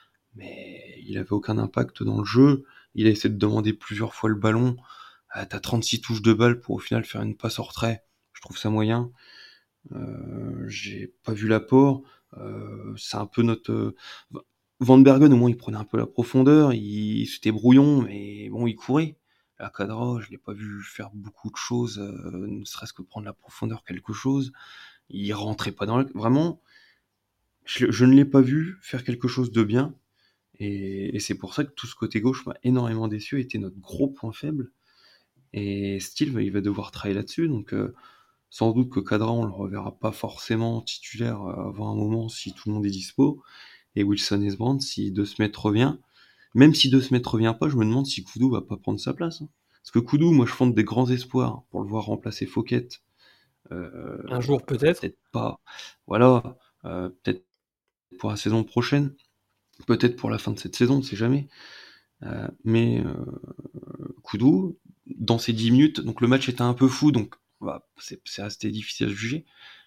Speaker 2: mais il avait aucun impact dans le jeu. Il a essayé de demander plusieurs fois le ballon. Ah, t'as trente-six touches de balle pour au final faire une passe en retrait. Je trouve ça moyen. Euh, j'ai pas vu l'apport. Euh, c'est un peu notre... euh, Van Bergen, au moins, il prenait un peu la profondeur. Il... C'était brouillon, mais bon, il courait. La Kadra, je l'ai pas vu faire beaucoup de choses, euh, ne serait-ce que prendre la profondeur, quelque chose. Il rentrait pas dans le... Vraiment, je, je ne l'ai pas vu faire quelque chose de bien. Et, et c'est pour ça que tout ce côté gauche m'a énormément déçu, était notre gros point faible. Et Steve, il va devoir travailler là-dessus. Donc, euh, sans doute que Kadra, on le reverra pas forcément titulaire avant un moment si tout le monde est dispo. Et Wilson Esbrand, si De Smet revient, même si De Smet revient pas, je me demande si Koudou va pas prendre sa place. Hein. Parce que Koudou, moi, je fonde des grands espoirs pour le voir remplacer Fouquet. Euh,
Speaker 1: Un jour peut-être.
Speaker 2: peut-être pas. Voilà. Euh, peut-être pour la saison prochaine. Peut-être pour la fin de cette saison, on sait jamais. Euh, mais euh, Koudou, dans ces dix minutes, donc le match était un peu fou, donc bah, c'est, c'est resté difficile à juger.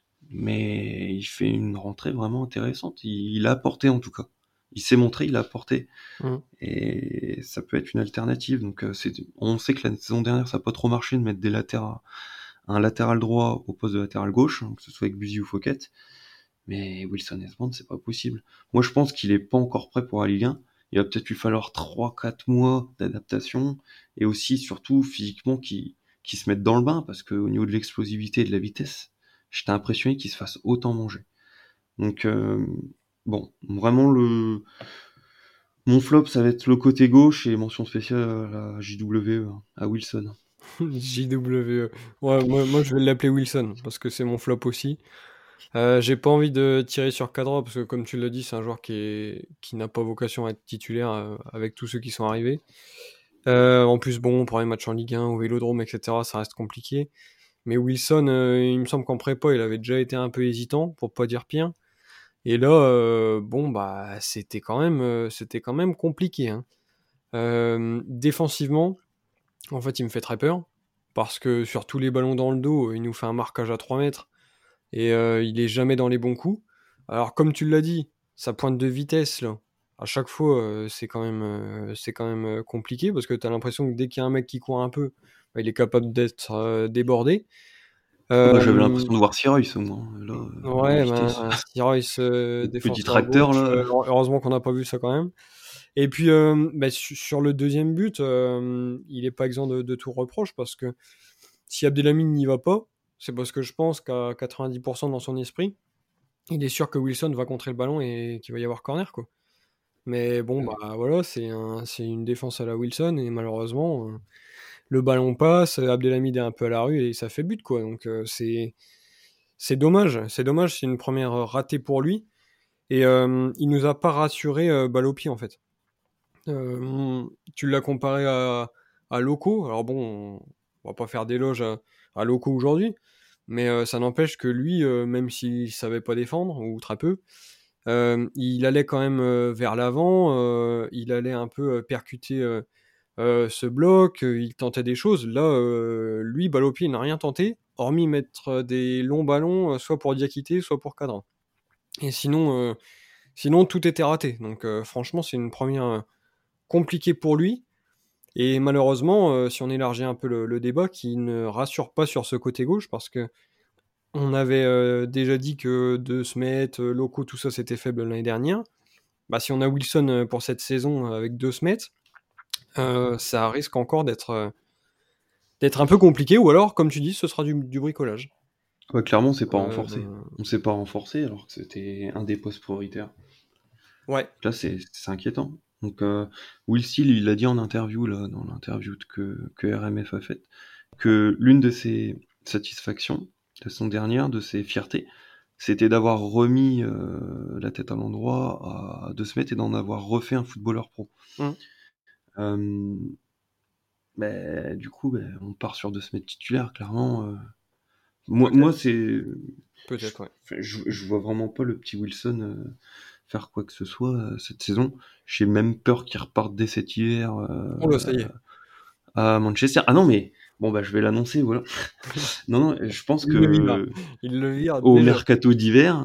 Speaker 2: Mais il fait une rentrée vraiment intéressante. Il, il a apporté en tout cas. Il s'est montré, il a apporté.
Speaker 1: Mm.
Speaker 2: Et ça peut être une alternative. Donc euh, c'est, on sait que la saison dernière, ça n'a pas trop marché de mettre des latérales, un latéral droit au poste de latéral gauche, hein, que ce soit avec Buzy ou Fouquet. Mais Wilson Esbrand, c'est pas possible. Moi, je pense qu'il est pas encore prêt pour la Ligue un. Il va peut-être lui falloir trois quatre mois d'adaptation. Et aussi, surtout, physiquement, qu'il qu'il se mette dans le bain, parce qu'au niveau de l'explosivité et de la vitesse, j'étais impressionné qu'il se fasse autant manger. Donc, euh, bon, vraiment, le mon flop, ça va être le côté gauche, et mention spéciale à la J W E, à Wilson.
Speaker 1: J W E. Ouais, moi, moi, je vais l'appeler Wilson, parce que c'est mon flop aussi. Euh, j'ai pas envie de tirer sur Khadra, parce que comme tu l'as dit, c'est un joueur qui, est... qui n'a pas vocation à être titulaire euh, avec tous ceux qui sont arrivés. Euh, en plus, bon, pour les matchs en Ligue un, au Vélodrome, et cetera, ça reste compliqué. Mais Wilson, euh, il me semble qu'en prépa, il avait déjà été un peu hésitant, pour pas dire pire. Et là, euh, bon, bah, c'était quand même, euh, c'était quand même compliqué. Hein. Euh, défensivement, en fait, il me fait très peur. Parce que sur tous les ballons dans le dos, il nous fait un marquage à trois mètres. Et euh, il est jamais dans les bons coups. Alors, comme tu l'as dit, sa pointe de vitesse, là, à chaque fois, euh, c'est quand même, euh, c'est quand même euh, compliqué. Parce que t'as l'impression que dès qu'il y a un mec qui court un peu, bah, il est capable d'être euh, débordé. Euh,
Speaker 2: Bah, j'avais l'impression de voir Sirius au moins. Là, euh, la
Speaker 1: ouais,
Speaker 2: vitesse.
Speaker 1: ben, Sirius, euh,
Speaker 2: Le petit
Speaker 1: défenseur
Speaker 2: tracteur,
Speaker 1: gauche.
Speaker 2: là.
Speaker 1: euh, heureusement qu'on n'a pas vu ça quand même. Et puis, euh, bah, su- sur le deuxième but, euh, il n'est pas exempt de, de tout reproche parce que si Abdelhamid n'y va pas, c'est parce que je pense qu'à quatre-vingt-dix pour cent dans son esprit, il est sûr que Wilson va contrer le ballon et qu'il va y avoir corner, quoi. Mais bon, bah voilà, c'est un, c'est une défense à la Wilson et malheureusement, euh, le ballon passe, Abdelhamid est un peu à la rue et ça fait but, quoi. Donc euh, c'est, c'est dommage, c'est dommage, c'est une première ratée pour lui. Et euh, il nous a pas rassuré euh, balle au pied, en fait. Euh, tu l'as comparé à, à Loco. Alors bon, on, on va pas faire d'éloge à, à Loco aujourd'hui, mais euh, ça n'empêche que lui, euh, même s'il savait pas défendre, ou très peu, euh, il allait quand même euh, vers l'avant, euh, il allait un peu euh, percuter euh, euh, ce bloc, euh, il tentait des choses. Là, euh, lui, balle au pied, il n'a rien tenté, hormis mettre des longs ballons, euh, soit pour Diakité, soit pour Cadran. Et sinon, euh, sinon tout était raté. Donc euh, franchement, c'est une première euh, compliquée pour lui. Et malheureusement, euh, si on élargit un peu le, le débat, qui ne rassure pas sur ce côté gauche, parce que on avait euh, déjà dit que De Smet, euh, Loco, tout ça, c'était faible l'année dernière. Bah, si on a Wilson euh, pour cette saison euh, avec De Smet, euh, ça risque encore d'être euh, d'être un peu compliqué, ou alors, comme tu dis, ce sera du, du bricolage.
Speaker 2: Ouais, clairement, c'est pas
Speaker 1: Euh,
Speaker 2: renforcé. On s'est pas renforcé alors que c'était un des postes prioritaires.
Speaker 1: ouais.
Speaker 2: Là, c'est c'est inquiétant. Donc, euh, Will Steele, il l'a dit en interview, là, dans l'interview que, que R M F a faite, que l'une de ses satisfactions, la saison dernière, de ses fiertés, c'était d'avoir remis euh, la tête à l'endroit à De Smet et d'en avoir refait un footballeur pro.
Speaker 1: Mmh.
Speaker 2: Euh, bah, du coup, bah, on part sur De Smet titulaire, clairement. euh. Moi, moi c'est.
Speaker 1: Peut-être, ouais.
Speaker 2: Je, je vois vraiment pas le petit Wilson euh, faire quoi que ce soit euh, cette saison. J'ai même peur qu'il reparte dès cet hiver euh,
Speaker 1: Oh là, ça y est.
Speaker 2: à Manchester. Ah non, mais bon, bah je vais l'annoncer, voilà. non, non, je pense
Speaker 1: Il le vire.
Speaker 2: que
Speaker 1: Il le vire
Speaker 2: au
Speaker 1: déjà.
Speaker 2: mercato d'hiver,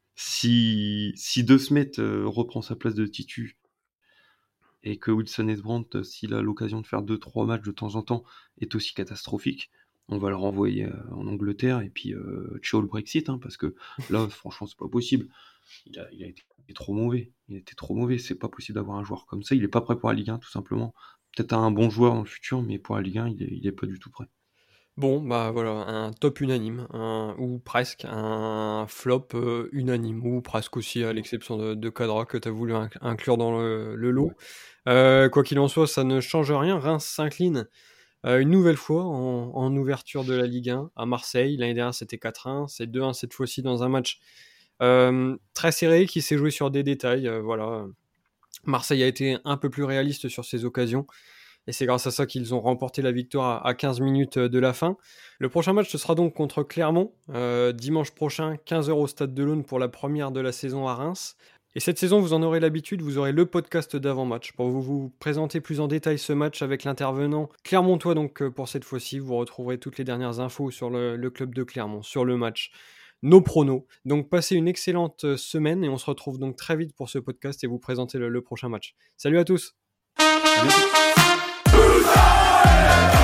Speaker 2: si, si De Smet euh, reprend sa place de titu et que Wilson Esbrandt, s'il a l'occasion de faire deux trois matchs de temps en temps, est aussi catastrophique, on va le renvoyer euh, en Angleterre et puis euh, ciao le Brexit, hein, parce que là, franchement, c'est pas possible. Il a, il a été trop mauvais. Il a été trop mauvais. C'est pas possible d'avoir un joueur comme ça. Il est pas prêt pour la Ligue un, tout simplement. Peut-être un bon joueur dans le futur, mais pour la Ligue un, il est, il est pas du tout prêt.
Speaker 1: Bon, bah voilà, un top unanime, un- ou presque, un flop euh, unanime, ou presque aussi, à l'exception de, de Kadra que tu as voulu inc- inclure dans le, le lot.
Speaker 2: Ouais.
Speaker 1: Euh, quoi qu'il en soit, ça ne change rien. Reims s'incline euh, une nouvelle fois en, en ouverture de la Ligue un à Marseille. L'année dernière, c'était quatre un, c'est deux un cette fois-ci dans un match euh, très serré qui s'est joué sur des détails. Euh, voilà. Marseille a été un peu plus réaliste sur ses occasions. Et c'est grâce à ça qu'ils ont remporté la victoire à quinze minutes de la fin. Le prochain match, ce sera donc contre Clermont, euh, dimanche prochain, quinze heures au Stade de l'Aune pour la première de la saison à Reims. Et cette saison, vous en aurez l'habitude, vous aurez le podcast d'avant-match pour vous, vous présenter plus en détail ce match avec l'intervenant clermontois. Donc pour cette fois-ci, vous retrouverez toutes les dernières infos sur le, le club de Clermont, sur le match, nos pronos. Donc passez une excellente semaine et on se retrouve donc très vite pour ce podcast et vous présenter le, le prochain match. Salut à tous!
Speaker 2: À bientôt.